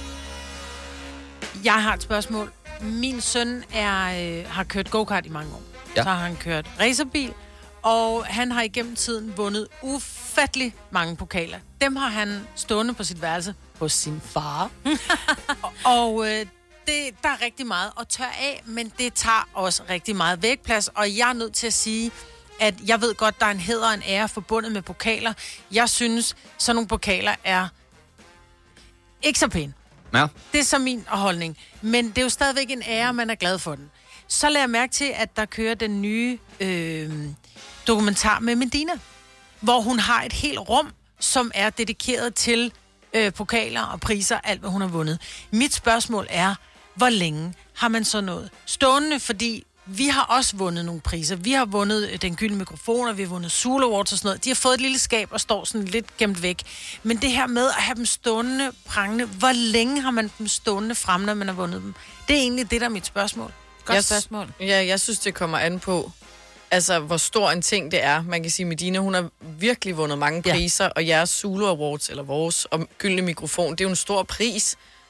jeg har et spørgsmål. Min søn har kørt go-kart i mange år. Ja. Så har han kørt racerbil, og han har igennem tiden vundet ufattelig mange pokaler. Dem har han stående på sit værelse hos sin far. og der er rigtig meget at tørre af, men det tager også rigtig meget vægplads, og jeg er nødt til at sige, at jeg ved godt, der er en hæder og en ære forbundet med pokaler. Jeg synes, sådan nogle pokaler er ikke så pæne. Ja. Det er så min holdning. Men det er jo stadigvæk en ære, man er glad for den. Så lader jeg mærke til, at der kører den nye dokumentar med Medina, hvor hun har et helt rum, som er dedikeret til pokaler og priser, alt hvad hun har vundet. Mit spørgsmål er, hvor længe har man så noget stående? Fordi vi har også vundet nogle priser. Vi har vundet den gyldne mikrofon, og vi har vundet Zulu Awards og sådan noget. De har fået et lille skab og står sådan lidt gemt væk. Men det her med at have dem stående, prangende, hvor længe har man dem stående frem, når man har vundet dem? Det er egentlig det, der er mit spørgsmål. Godt spørgsmål. Ja, jeg synes, det kommer an på, altså, hvor stor en ting det er. Man kan sige, Medina, hun har virkelig vundet mange priser, og jeres Zulu Awards, eller vores gyldne mikrofon, det er jo en stor pris.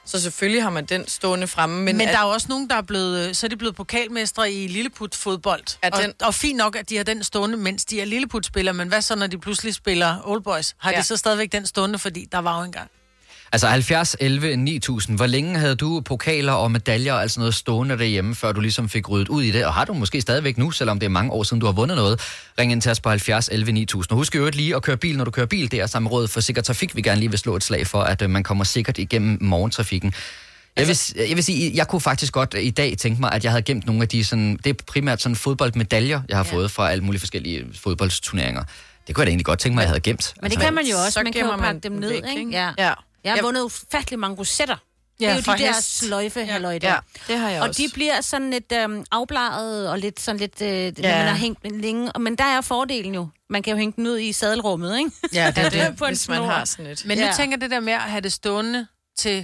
Så selvfølgelig har man den stående fremme. Men der er jo også nogen, der er blevet, så er de blevet pokalmestre i lilleput-fodbold. Og fint nok, at de har den stående, mens de er lilleput-spillere. Men hvad så, når de pludselig spiller Old Boys? Har de så stadigvæk den stående, fordi der var jo engang? Altså 70, 11, 9000. Hvor længe havde du pokaler og medaljer og alt sådan noget stående derhjemme, før du ligesom fik ryddet ud i det? Og har du måske stadigvæk nu, selvom det er mange år siden, du har vundet noget? Ring ind til os på 70, 11, 9000. Og husk jo lige at køre bil, når du kører bil. Det er samme råd for Sikker Trafik. Vi gerne lige vil slå et slag for, at man kommer sikkert igennem morgentrafikken. Jeg vil sige, jeg kunne faktisk godt i dag tænke mig, at jeg havde gemt nogle af de sådan, det er primært sådan fodboldmedaljer, jeg har fået fra alle mulige forskellige fodboldsturneringer. Det kunne jeg da egentlig godt tænke mig, at jeg havde gemt. Men det kan man jo også, man kan jo pakke dem ned, ikke? Ja. Jeg har vundet ufattelig mange rosetter. Det er jo de der sløjfe-halløj der. Ja, det har jeg og også. de bliver sådan lidt afbladet og lidt sådan lidt, når man har hængt den længe. Men der er fordelen jo. Man kan jo hænge den ud i sadelrummet, ikke? Ja, det er det, på hvis man har sådan et. Men nu tænker det der med at have det stående til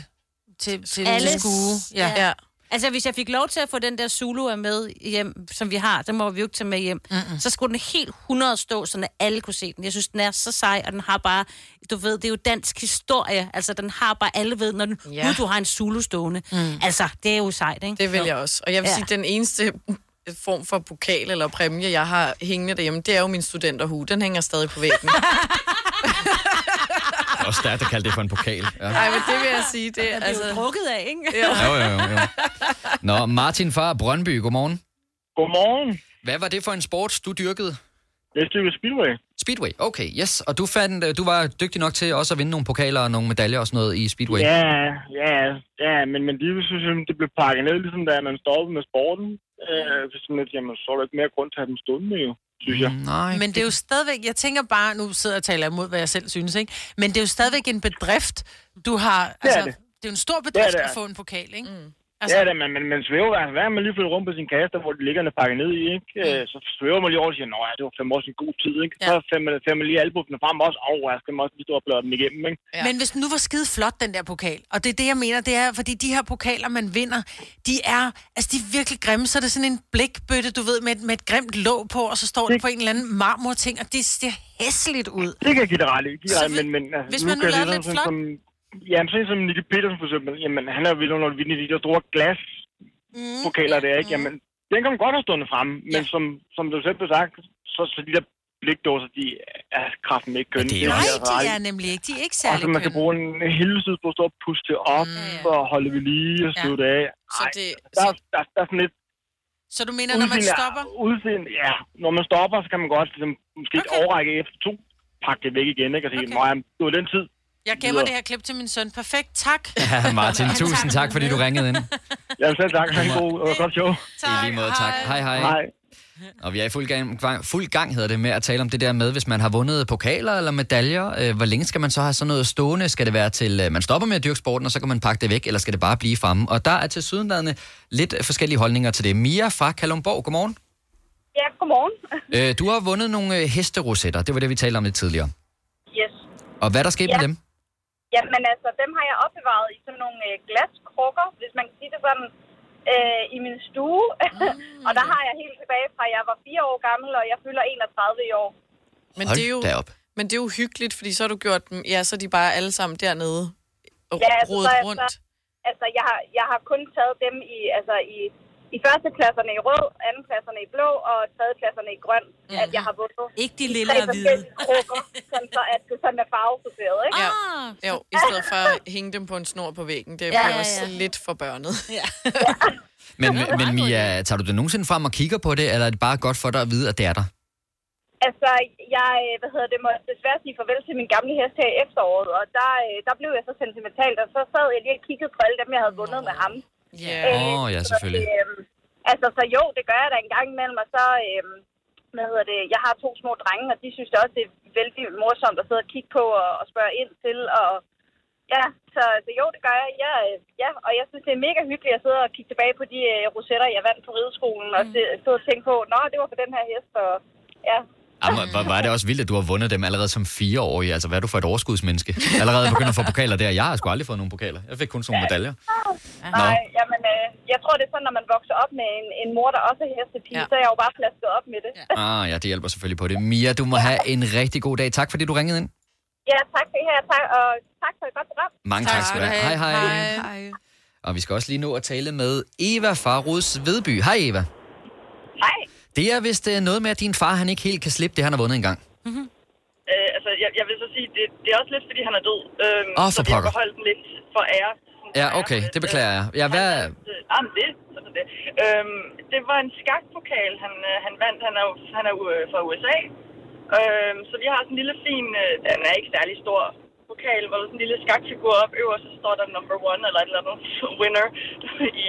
skue. Ja. Altså, hvis jeg fik lov til at få den der Zulu med hjem, som vi har, den må vi jo ikke tage med hjem, så skulle den helt 100 stå, så alle kunne se den. Jeg synes, den er så sej, og den har bare, du ved, det er jo dansk historie. Altså, den har bare, alle ved, når du har en Zulu stående. Altså, det er jo sejt, ikke? Det vil jeg også. Og jeg vil sige, den eneste form for pokal eller præmie, jeg har hængende derhjemme, det er jo min studenterhue. Den hænger stadig på væggen. Det er også stærkt at kalde det for en pokal. Ja. Nej, men det vil jeg sige. Det er jo drukket af, ikke? Jo. Nå, Martin fra Brøndby, godmorgen. Godmorgen. Hvad var det for en sport, du dyrkede? Jeg dyrkede Speedway. Speedway, okay, yes. Og du var dygtig nok til også at vinde nogle pokaler og nogle medaljer og sådan noget i Speedway? Ja, men de synes, det blev pakket ned, ligesom da man stoppede med sporten. Jamen, så er der ikke mere grund til at have dem stående, jo. Synes jeg. Nej. Men det er jo stadigvæk, jeg tænker bare, nu sidder jeg og taler imod, hvad jeg selv synes, ikke? Men det er jo stadigvæk en bedrift, du har, altså, det er jo en stor bedrift at få en pokal, ikke? Altså... Ja, men man svæver, hvad man lige flytter rundt på sin kasse, hvor det ligger pakket ned i, ikke? Så svæver man lige over og siger, det var fandme også en god tid, ikke? Så fem lige albuerne frem også, jeg skal også lige stå og bløre dem igennem, ikke? Ja. Men hvis den nu var skide flot, den der pokal, og det er det, jeg mener, det er, fordi de her pokaler, man vinder, de er virkelig grimme, så er det sådan en blikbøtte, du ved, med et grimt låg på, og så står det på en eller anden marmorting, og det ser hæsligt ud. Det kan jeg give det ret i, men altså, hvis man nu lavede lidt flot... Jamen, sådan som Nicky Petersen for eksempel, jamen, han er jo vildt under de der store glaspokaler der, ikke? Jamen, den kan man godt have stående fremme, men som du selv har sagt, så de der blikdåser, de er kraften ikke kønne. Nej, de er nemlig ikke. De er ikke særlig kønne. Og så man kan bruge en helvedes på at stå og puste det op og holde ved lige og støve det af. Der er sådan lidt... Så du mener, når man stopper? Når man stopper, så kan man godt måske overrække efter 2 pakke det væk igen, ikke? Og sige, det var den tid. Jeg gemmer det her klip til min søn. Perfekt, tak. Ja, Martin, tusind tak, fordi du ringede ind. Ja, selv tak. Ha' en god og godt show. Tak. I lige måde, tak. Hej. Og vi er i fuld gang, hedder det, med at tale om det der med, hvis man har vundet pokaler eller medaljer. Hvor længe skal man så have sådan noget stående? Skal det være til, man stopper med at dyrke sporten, og så kan man pakke det væk, eller skal det bare blive fremme? Og der er til sydenladende lidt forskellige holdninger til det. Mia fra Kalundborg, godmorgen. Ja, godmorgen. Du har vundet nogle hesterosetter. Det var det, vi talte om lidt tidligere. Yes. Og hvad er der sket med dem? Jamen altså, dem har jeg opbevaret i sådan nogle glaskrukker, hvis man kan sige det sådan, i min stue. Og der har jeg helt tilbage fra, jeg var 4 år gammel, og jeg fylder 31 i år. Men det er jo hyggeligt, fordi så har du gjort dem, så er de bare alle sammen dernede og rodet rundt. Altså, jeg har kun taget dem i førstepladserne i rød, andenpladserne i blå og tredjepladserne i grøn, at jeg har vundet. Ikke de lille og hvide. Sådan så at det sådan er farvesorteret, ikke? Ja. Jo, i stedet for at hænge dem på en snor på væggen. Det er også lidt for børnet. Ja. Men Mia, tager du det nogensinde frem og kigger på det, eller er det bare godt for dig at vide, at det er der? Altså, jeg måtte desværre sige farvel til min gamle hest her i efteråret, og der blev jeg så sentimentalt, og så sad jeg lige og kiggede på alle dem, jeg havde vundet med ham. Ja, selvfølgelig. Så jo, det gør jeg da en gang imellem, og så, jeg har 2 små drenge, og de synes også, det er vældig morsomt at sidde og kigge på og spørge ind til, og så jo, det gør jeg. Ja, og jeg synes, det er mega hyggeligt at sidde og kigge tilbage på de rosetter, jeg vandt på rideskolen, og sidde og tænke på, det var for den her hest, og ja. Var det også vildt, at du har vundet dem allerede som 4-årig? Altså, hvad er du for et overskudsmenneske? Allerede begynder at få pokaler der. Jeg har sgu aldrig fået nogen pokaler. Jeg fik kun sådan nogle medaljer. Nej, jamen, jeg tror, det er sådan, når man vokser op med en mor, der også er hestepige, så er jeg jo bare flasket op med det. Ja, det hjælper selvfølgelig på det. Mia, du må have en rigtig god dag. Tak, fordi du ringede ind. Ja, tak for det her, og tak for et godt program. Mange tak skal du have. Hej. Og vi skal også lige nå at tale med Eva fra Ruds Vedby. Hej Eva. Hej. Det er vist noget med, at din far han ikke helt kan slippe det, han har vundet engang. Mm-hmm. Altså, jeg vil så sige, det er også lidt, fordi han er død. Så vi har beholdt den lidt for ære. Ja, okay, det beklager jeg. Ja, hvad... Det var en skakpokal, han vandt. Han er fra USA. Så vi har sådan en lille fin, den er ikke særlig stor pokal, hvor der er sådan en lille skakfigur op øverst, så står der number 1 eller et eller andet winner i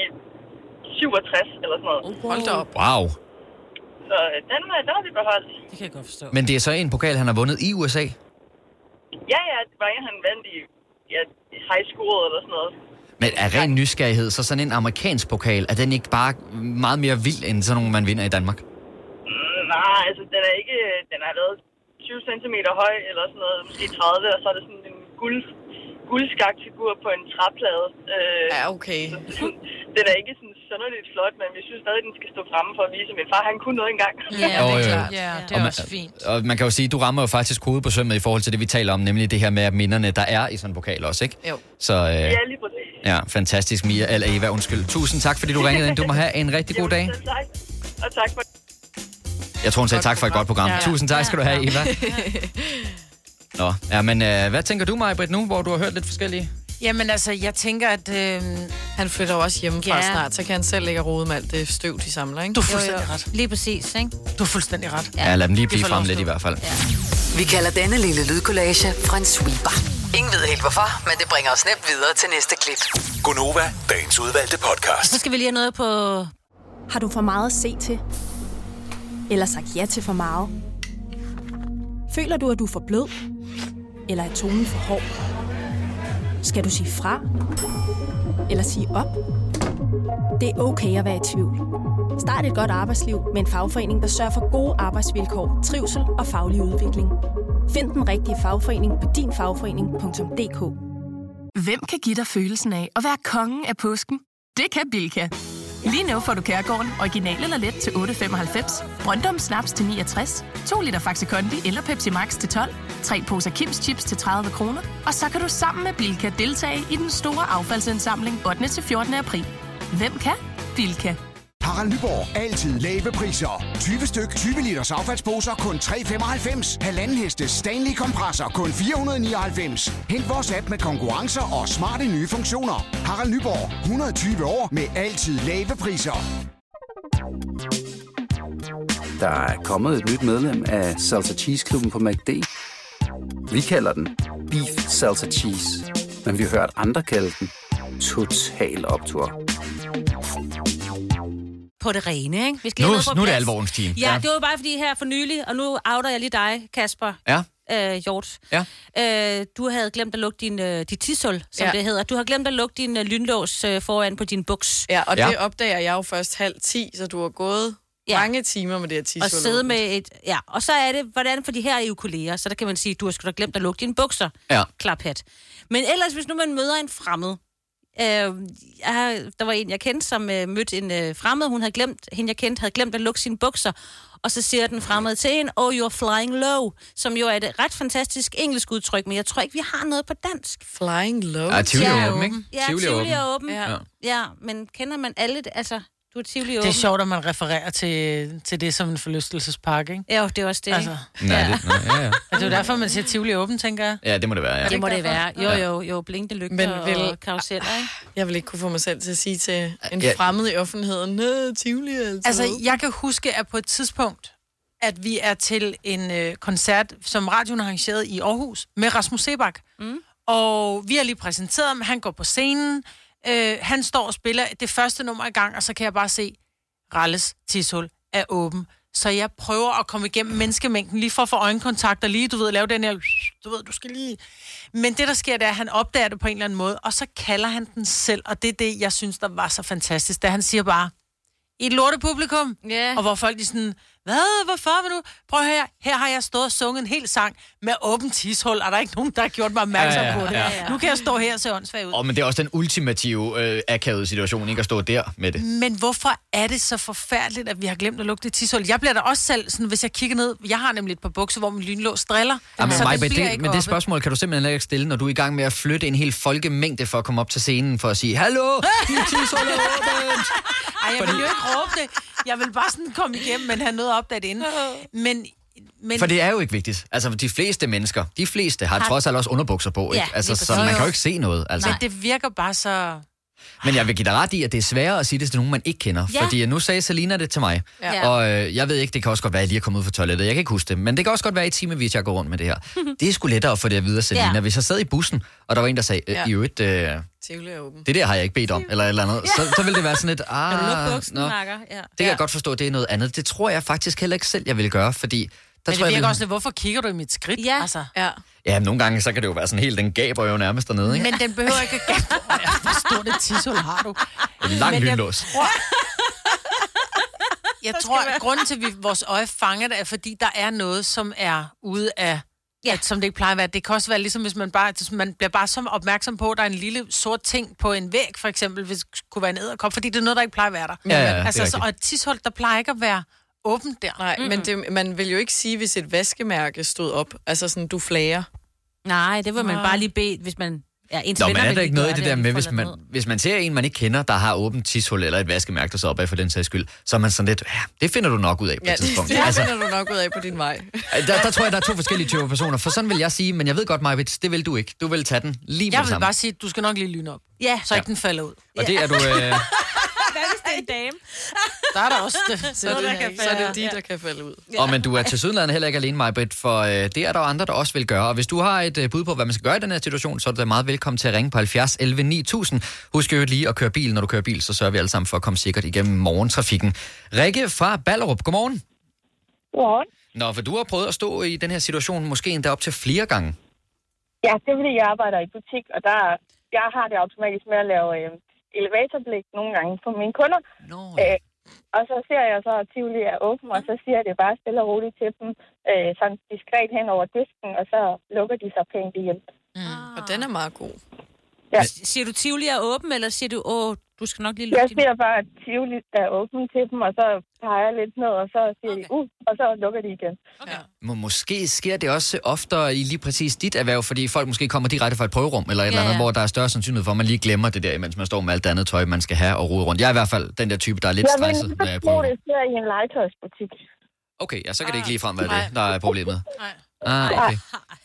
67 eller sådan noget. Hold da op. Wow. Så den har vi beholdt. Det kan jeg godt forstå. Men det er så en pokal, han har vundet i USA? Ja, det var en, han vandt i high school eller sådan noget. Men af ren nysgerrighed, så sådan en amerikansk pokal, er den ikke bare meget mere vild, end sådan nogle, man vinder i Danmark? Nej, altså den har været 20 cm høj eller sådan noget, måske 30, og så er det sådan en guldskakfigur på en træplade. Ja, okay. Den er ikke sådan sønderligt flot, men vi synes stadig, den skal stå fremme for at vise, at min far han kunne noget engang. Ja, det er klart. Ja, det er også fint. Og man kan jo sige, du rammer jo faktisk hovedet på sømmet i forhold til det, vi taler om, nemlig det her med minderne, der er i sådan en pokal også, ikke? Jo. Så, ja, lige på det. Ja, fantastisk, Mia, eller Eva, undskyld. Tusind tak, fordi du ringede ind. Du må have en rigtig god dag. Tak. Og tak for... Jeg tror, hun sagde tak for et godt program. Ja. Tusind tak skal du have, Eva. Nå, ja, men hvad tænker du, Maj-Britt, nu, hvor du har hørt lidt forskellige? Jamen altså, jeg tænker, at... Han flytter også hjemmefra snart, så kan han selv lægge rode med alt det støv, de samler, ikke? Du er fuldstændig ret. Lige præcis, ikke? Du er fuldstændig ret. Ja, lad dem lige blive frem lidt i hvert fald. Ja. Vi kalder denne lille lydkollage en sweeper. Ingen ved helt hvorfor, men det bringer os nemt videre til næste klip. Gonova, dagens udvalgte podcast. Så skal vi lige have noget på... Har du for meget at se til? Eller sagt ja til for meget? Føler du, at du er for blød? Eller er tonen for hård? Skal du sige fra? Eller sige op? Det er okay at være i tvivl. Start et godt arbejdsliv med en fagforening, der sørger for gode arbejdsvilkår, trivsel og faglig udvikling. Find den rigtige fagforening på dinfagforening.dk. Hvem kan give dig følelsen af at være kongen af påsken? Det kan Bilka. Lige nu får du Kærgården original eller let til 8,95, Brøndum Snaps til 69, 2 liter Faxi Kondi eller Pepsi Max til 12, 3 poser Kims Chips til 30 kroner, og så kan du sammen med Bilka deltage i den store affaldsindsamling 8. til 14. april. Hvem kan? Bilka. Harald Nyborg. Altid lave priser. 20 styk, 20 liters affaldsposer kun 3,95. Halvanden heste Stanley kompresser kun 499. Hent vores app med konkurrencer og smarte nye funktioner. Harald Nyborg. 120 år med altid lave priser. Der er kommet et nyt medlem af Salsa Cheese Klubben på McD. Vi kalder den Beef Salsa Cheese, men vi har hørt andre kalde den Total Optur. På det rene, ikke? Vi skal nu er det alvorens team. Ja, det var bare fordi her for nylig, og nu outer jeg lige dig, Kasper. Ja. Hjort. Ja. Du havde glemt at lukke dit tishul, som det hedder. Du har glemt at lukke din lynlås foran på din buks. Ja, og det opdager jeg jo først 9:30, så du har gået mange timer med det her tishul. Og sidde med et... Ja, og så er det, hvordan, fordi her er jo kolleger, så der kan man sige, du har sgu da glemt at lukke dine bukser. Ja. Klaphat. Men ellers, hvis nu man møder en fremmed, der var en, jeg kendte, som mødte en fremmed. Hende jeg kendte, havde glemt at lukke sine bukser. Og så siger den fremmede til hende, oh, you're flying low. Som jo er et ret fantastisk engelsk udtryk, men jeg tror ikke, vi har noget på dansk. Flying low? Ja, Tivoli er åben, ikke? Ja, Tivoli er åben. Ja, men kender man alle det? Altså, du er Tivoli åben. Det er sjovt, at man refererer til det som en forlystelsespark, ikke? Ja, det er også det. Altså. Nej, ja. Ja. Det er jo derfor, man siger Tivoli åben, tænker jeg. Ja, det må det være, ja. Det må det være. Jo, blinkende lygter og karuseller, ikke? Jeg vil ikke kunne få mig selv til at sige til en fremmed i offentligheden, Tivoli er altså, jeg kan huske, at på et tidspunkt, at vi er til en koncert, som radioen har arrangeret i Aarhus, med Rasmus Seebach. Mm. Og vi har lige præsenteret ham, han går på scenen, han står og spiller det første nummer i gang, og så kan jeg bare se, Ralles tishul er åben. Så jeg prøver at komme igennem menneskemængden, lige for at få øjenkontakt, og lige, du ved, lave den her, du skal lige... Men det, der sker, det er, at han opdager det på en eller anden måde, og så kalder han den selv, og det er det, jeg synes, der var så fantastisk, da han siger bare, i et lortepublikum, og hvor folk de sådan, Hvorfor vil du? Prøv at høre, her har jeg stået og sunget en hel sang med åbent tishul, og der er ikke nogen, der har gjort mig opmærksom på det. Ja. Nu kan jeg stå her og se åndssvagt ud. Men det er også den ultimative akavede situation, ikke at stå der med det. Men hvorfor er det så forfærdeligt, at vi har glemt at lukke det tishul? Jeg bliver da også selv, sådan, hvis jeg kigger ned, jeg har nemlig et par bukser, hvor min lynlås driller. Men det spørgsmål kan du simpelthen ikke stille, når du er i gang med at flytte en hel folkemængde for at komme op til scenen for at sige, hallo, dit tishul er åbent. Ej, jeg vil jo ikke råbe det. Jeg vil bare sådan komme igennem, men have noget opdaget inden. Men... For det er jo ikke vigtigt. Altså, de fleste har trods alt også underbukser på, ikke? Altså, så man kan jo ikke se noget. Altså. Men det virker bare så... Men jeg vil give dig ret i, at det er sværere at sige det til nogen, man ikke kender. Ja. Fordi nu sagde Selina det til mig. Ja. Og jeg ved ikke, det kan også godt være, at jeg lige er kommet ud fra toilettet. Jeg kan ikke huske det. Men det kan også godt være i timevis, jeg går rundt med det her. Det er sgu lettere at få det at vide af Selina. Ja. Hvis jeg sad i bussen, og der var en, der sagde, i øvrigt... det der har jeg ikke bedt om, eller et eller andet. Så vil det være sådan et... Kan du lukke buksen, Marker? Ja. Det kan jeg godt forstå, det er noget andet. Det tror jeg faktisk heller ikke selv, jeg vil gøre, fordi... Men det virker også lidt, hvorfor kigger du i mit skridt? Ja. Altså. Ja, nogle gange, så kan det jo være sådan helt, den gaber jo nærmest dernede, ikke? Men den behøver ikke at gabe. Hvor stort et tishul har du? En lang lynlås. Jeg tror, at grunden til, at vores øje fanger det, er, fordi der er noget, som er ude af... som det ikke plejer at være. Det kan også være ligesom, hvis man bliver bare så opmærksom på, at der er en lille sort ting på en væg, for eksempel, hvis det kunne være en edderkop, fordi det er noget, der ikke plejer at være der. Altså, og et tishul, der plejer ikke at være åbent der. Nej, men man vil jo ikke sige, hvis et vaskemærke stod op. Altså sådan, du flager. Nej, det vil man bare lige bede, hvis man... Ja, men er der ikke noget i det der med, hvis man ser en, man ikke kender, der har åbent tishul eller et vaskemærke, der så op af for den sags skyld, så er man sådan lidt, det finder du nok ud af på et tidspunkt. Det finder du nok ud af på din vej. Der tror jeg, der er 2 forskellige typer personer, for sådan vil jeg sige, men jeg ved godt, Majbrit, det vil du ikke. Du vil tage den lige med det samme. Jeg vil bare sige, du skal nok lige lyne op, så ikke den falder ud. Og det er du... Hvad hvis det er en dame? Der er der også det. Så er det de, der kan falde ud. Men du er tilsyneladende heller ikke alene, Majbrit, for det er der jo andre, der også vil gøre. Og hvis du har et bud på, hvad man skal gøre i den her situation, så er du da meget velkommen til at ringe på 70 11 9000. Husk jo lige at køre bil. Når du kører bil, så sørger vi alle sammen for at komme sikkert igennem morgentrafikken. Rikke fra Ballerup, godmorgen. Godmorgen. Nå, for du har prøvet at stå i den her situation måske endda op til flere gange. Ja, det er fordi, jeg arbejder i butik, og jeg har det automatisk med at lave elevatorblik nogle gange for mine kunder. Og så ser jeg så, at Tivoli er åben, og så siger jeg det bare stille og roligt til dem, sådan diskret hen over disken, og så lukker de sig pænt igen. Og den er meget god. Ja. Siger du, Tivoli er åben, eller siger du, du skal nok lige lukke Jeg siger bare, at Tivoli er åben til dem, og så peger jeg lidt ned, og så siger de, og så lukker de igen. Okay. Måske sker det også oftere i lige præcis dit erhverv, fordi folk måske kommer direkte fra et prøverum, eller et eller andet, hvor der er større sandsynlighed for, at man lige glemmer det der, mens man står med alt andet tøj, man skal have og rode rundt. Jeg er i hvert fald den der type, der er lidt stresset. Jeg vil ikke tro, det sker i en legetøjsbutik. Okay, så kan det ikke ligefrem være det, der er problemet. Okay.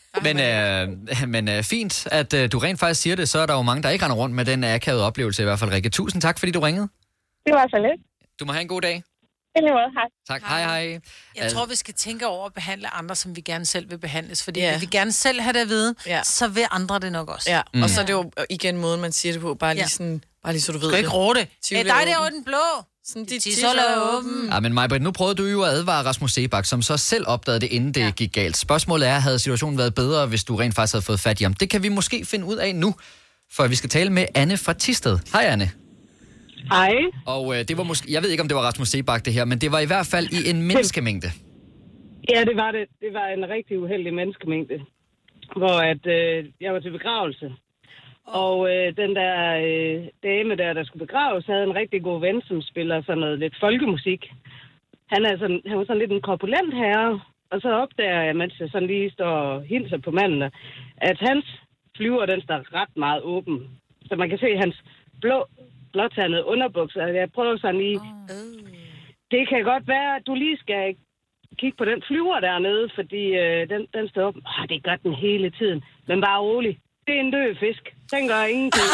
Men fint, at du rent faktisk siger det, så er der jo mange, der ikke render rundt med den akavede oplevelse i hvert fald, Rikke. Tusind tak, fordi du ringede. Det var så lidt. Du må have en god dag. Hej. Tak, hej. Jeg tror, vi skal tænke over at behandle andre, som vi gerne selv vil behandles. Fordi vil vi gerne selv have det at vide, så vil andre det nok også. Ja, og så er det jo igen måden, man siger det på. Bare lige sådan, bare lige så du ved det. Du skal ikke råde det. Er dig derovre den blå? Sådan, dit tishul er åben. Ja, men Majbrit, nu prøvede du jo at advare Rasmus Sebak, som så selv opdagede det, inden det gik galt. Spørgsmålet er, havde situationen været bedre, hvis du rent faktisk havde fået fat i ham? Det kan vi måske finde ud af nu, for vi skal tale med Anne fra Thisted. Hej, Anne. Hej. Og det var måske, jeg ved ikke, om det var Rasmus Sebak det her, men det var i hvert fald i en menneskemængde. Ja, det var det. Det var en rigtig uheldig menneskemængde, hvor jeg var til begravelse. Og den der dame der skulle begraves, havde en rigtig god ven, som spiller sådan noget lidt folkemusik. Han var sådan lidt en korpulent herre, og så opdager jeg, mens jeg sådan lige står og hilser på manden, at hans flyver, den står ret meget åben. Så man kan se hans blåtandede underbukser. Jeg prøver sådan lige... Det kan godt være, at du lige skal kigge på den flyver dernede, fordi den står åben. Det gør den hele tiden. Men bare rolig. Det er en død fisk. Den gør ingenting.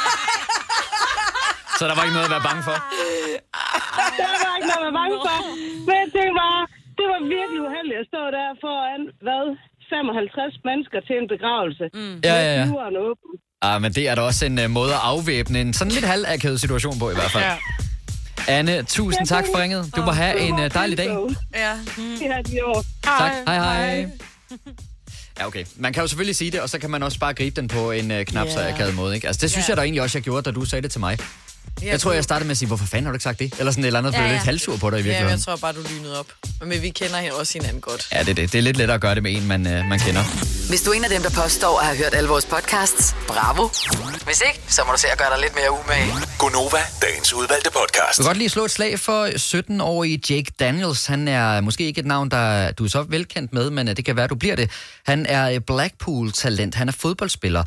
Så der var ikke noget at være bange for? Der var ikke noget at være bange for. Men det var virkelig uheldigt at stå der foran, 55 mennesker til en begravelse. Ja. Men det er da også en måde at afvæbne en sådan lidt halvakavet situation på i hvert fald. Ja. Anne, tusind tak for ringet. Du må have en dejlig dag. Ja, det er tak. Hej. Ja, okay. Man kan jo selvfølgelig sige det, og så kan man også bare gribe den på en knap så akavet måde, ikke? Altså, det synes jeg da egentlig også, jeg gjorde, da du sagde det til mig. Jeg tror, jeg startede med at sige, hvorfor fanden har du ikke sagt det? Eller sådan et eller andet, blev lidt halvsur på dig i virkeligheden. Ja, jeg tror bare, du lynede op. Men vi kender også hinanden godt. Ja, det er lidt lettere at gøre det med en, man kender. Hvis du er en af dem, der påstår at have hørt alle vores podcasts, bravo. Hvis ikke, så må du se at gøre dig lidt mere umage. Gonova, dagens udvalgte podcast. Jeg vil godt lige slå et slag for 17-årige Jake Daniels. Han er måske ikke et navn, der du er så velkendt med, men det kan være, du bliver det. Han er Blackpool-talent. Han er fodboldspiller,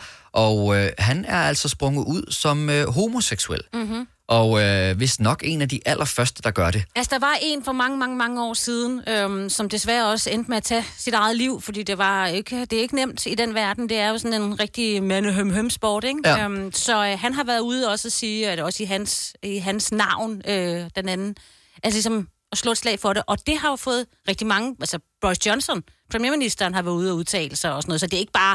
og han er altså sprunget ud som homoseksuel. Mm-hmm. Og vist nok en af de allerførste, der gør det. Altså, der var en for mange år siden, som desværre også endte med at tage sit eget liv, fordi det er ikke nemt i den verden. Det er jo sådan en rigtig mande-høm-høm-sport, ikke? Ja. Så han har været ude også at sige, at også i hans navn, den anden, altså ligesom at slå et slag for det. Og det har jo fået rigtig mange, altså Boris Johnson, premierministeren, har været ude og udtale sig og sådan noget. Så det er ikke bare,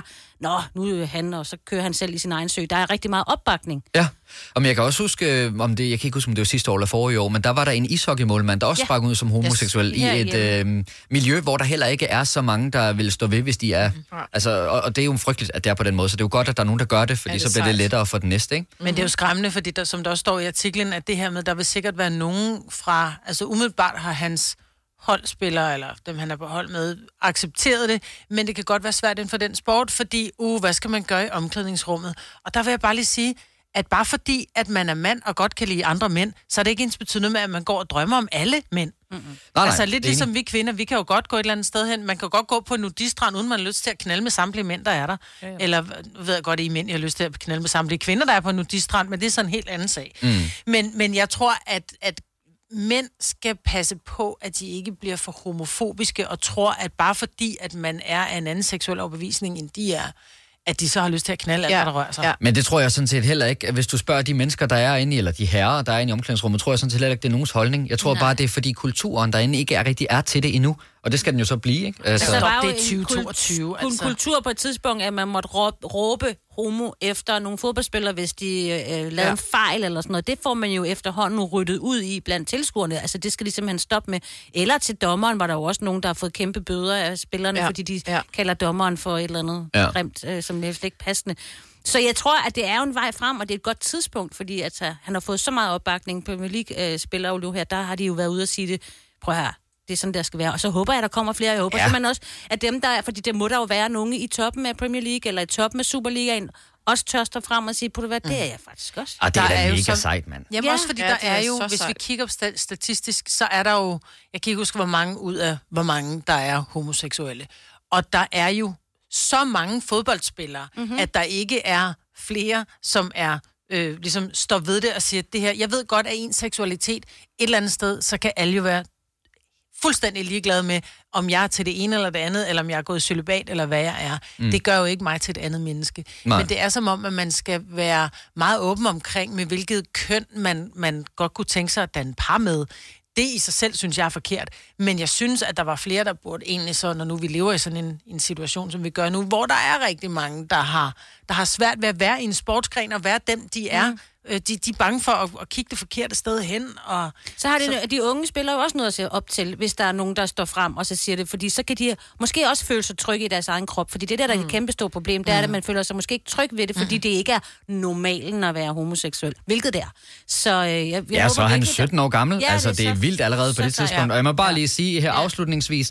nu er han, og så kører han selv i sin egen sø. Der er rigtig meget opbakning. Ja, og jeg kan også huske, jeg kan ikke huske, om det var sidste år eller forrige år, men der var der en ishockeymålmand, der også sprang ud som homoseksuel i et miljø, hvor der heller ikke er så mange, der vil stå ved, hvis de er. Altså, og det er jo frygteligt, at det er på den måde. Så det er jo godt, at der er nogen, der gør det, fordi så bliver det lettere for den næste, ikke? Men det er jo skræmmende, fordi som der også står i artiklen, at det her med, der vil sikkert være nogen fra, altså umiddelbart har hans holdspillere, eller dem han er på hold med, accepteret det, men det kan godt være svært inden for den sport, fordi, hvad skal man gøre i omklædningsrummet? Og der vil jeg bare lige sige, at bare fordi, at man er mand og godt kan lide andre mænd, så er det ikke ensbetydende med, at man går og drømmer om alle mænd. Mm-hmm. Altså lidt ligesom vi kvinder, vi kan jo godt gå et eller andet sted hen, man kan godt gå på en nudistrand, uden man har lyst til at knalde med samtlige mænd, der er der. Ja. Eller ved jeg godt, at I mænd, jeg har lyst til at knalde med samtlige kvinder, der er på en nudistrand, men det er sådan en helt anden sag. Men jeg tror, at mænd skal passe på, at de ikke bliver for homofobiske, og tror, at bare fordi, at man er af en anden seksuel overbevisning, end de er, at de så har lyst til at knalde alt, hvad der rører sig. Ja. Men det tror jeg sådan set heller ikke. Hvis du spørger de mennesker, der er inde i, eller de herrer, der er inde i omklædningsrummet, tror jeg sådan set heller ikke, det er nogens holdning. Jeg tror bare, det er fordi kulturen derinde ikke rigtig er til det endnu. Og det skal den jo så blive, ikke? Altså, det er 2022. En kultur på et tidspunkt, at man måtte råbe homo efter nogle fodboldspillere, hvis de lavede en fejl eller sådan noget. Det får man jo efterhånden ryddet ud i blandt tilskuerne. Altså, det skal de simpelthen stoppe med. Eller til dommeren var der jo også nogen, der har fået kæmpe bøder af spillerne, fordi de kalder dommeren for et eller andet grimt, som er slet ikke passende. Så jeg tror, at det er jo en vej frem, og det er et godt tidspunkt, fordi altså, han har fået så meget opbakning. Premier League-spillere jo her, der har de jo været ude og sige det. Prøv her. Det er sådan, der skal være. Og så håber jeg, at der kommer flere. Jeg håber simpelthen også, at dem, der er, fordi der må der jo være nogen i toppen af Premier League, eller i toppen af Superligaen, også tørster frem og siger, det er jeg faktisk også. Og det er da mega sejt, mand. Jamen også, fordi der er jo, hvis vi kigger statistisk, så er der jo, jeg kan ikke huske, hvor mange ud af, hvor mange der er homoseksuelle. Og der er jo så mange fodboldspillere, at der ikke er flere, som er ligesom står ved det og siger, det her, jeg ved godt, at ens seksualitet et eller andet sted, så kan alle jo være fuldstændig ligeglad med, om jeg er til det ene eller det andet, eller om jeg er gået cølibat, eller hvad jeg er. Det gør jo ikke mig til et andet menneske. Nej. Men det er som om, at man skal være meget åben omkring, med hvilket køn man godt kunne tænke sig at danne par med. Det i sig selv, synes jeg er forkert. Men jeg synes, at der var flere, der burde egentlig så, når nu vi lever i sådan en situation, som vi gør nu, hvor der er rigtig mange, der har svært ved at være i en sportsgren, og være dem, de er. De er bange for at kigge det forkerte sted hen. Og så har de unge spillere jo også noget at se op til, hvis der er nogen, der står frem og så siger det, fordi så kan de måske også føle sig trygge i deres egen krop, fordi det der er et kæmpe stort problem, det er, at man føler sig måske ikke tryg ved det, fordi det ikke er normalen at være homoseksuel, hvilket det er. Så jeg håber, så er han 17 år gammel, altså det er vildt allerede på det tidspunkt, og jeg må bare lige sige her afslutningsvis,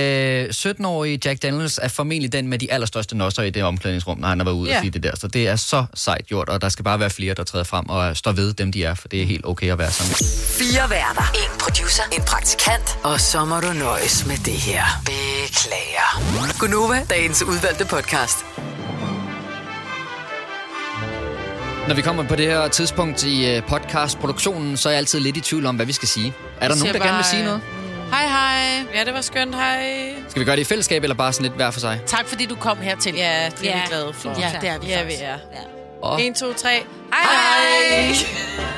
17-årige Jack Daniels er formentlig den med de allerstørste nosser i det omklædningsrum, når han har været ude og sige det der, så det er så sejt gjort, og der skal bare være flere, der træder frem og står ved dem, de er, for det er helt okay at være sådan. 4 værter, 1 producer, en praktikant, og så må du nøjes med det her. Beklager. Gonova, dagens udvalgte podcast. Når vi kommer på det her tidspunkt i podcastproduktionen, så er jeg altid lidt i tvivl om, hvad vi skal sige. Er der nogen, der gerne vil sige noget? Hej. Ja, det var skønt. Hej. Skal vi gøre det i fællesskab, eller bare sådan lidt hver for sig? Tak, fordi du kom hertil. Ja, det er vi glade for. Ja, det er vi faktisk. Ja, vi er. 1, 2, 3. Hej.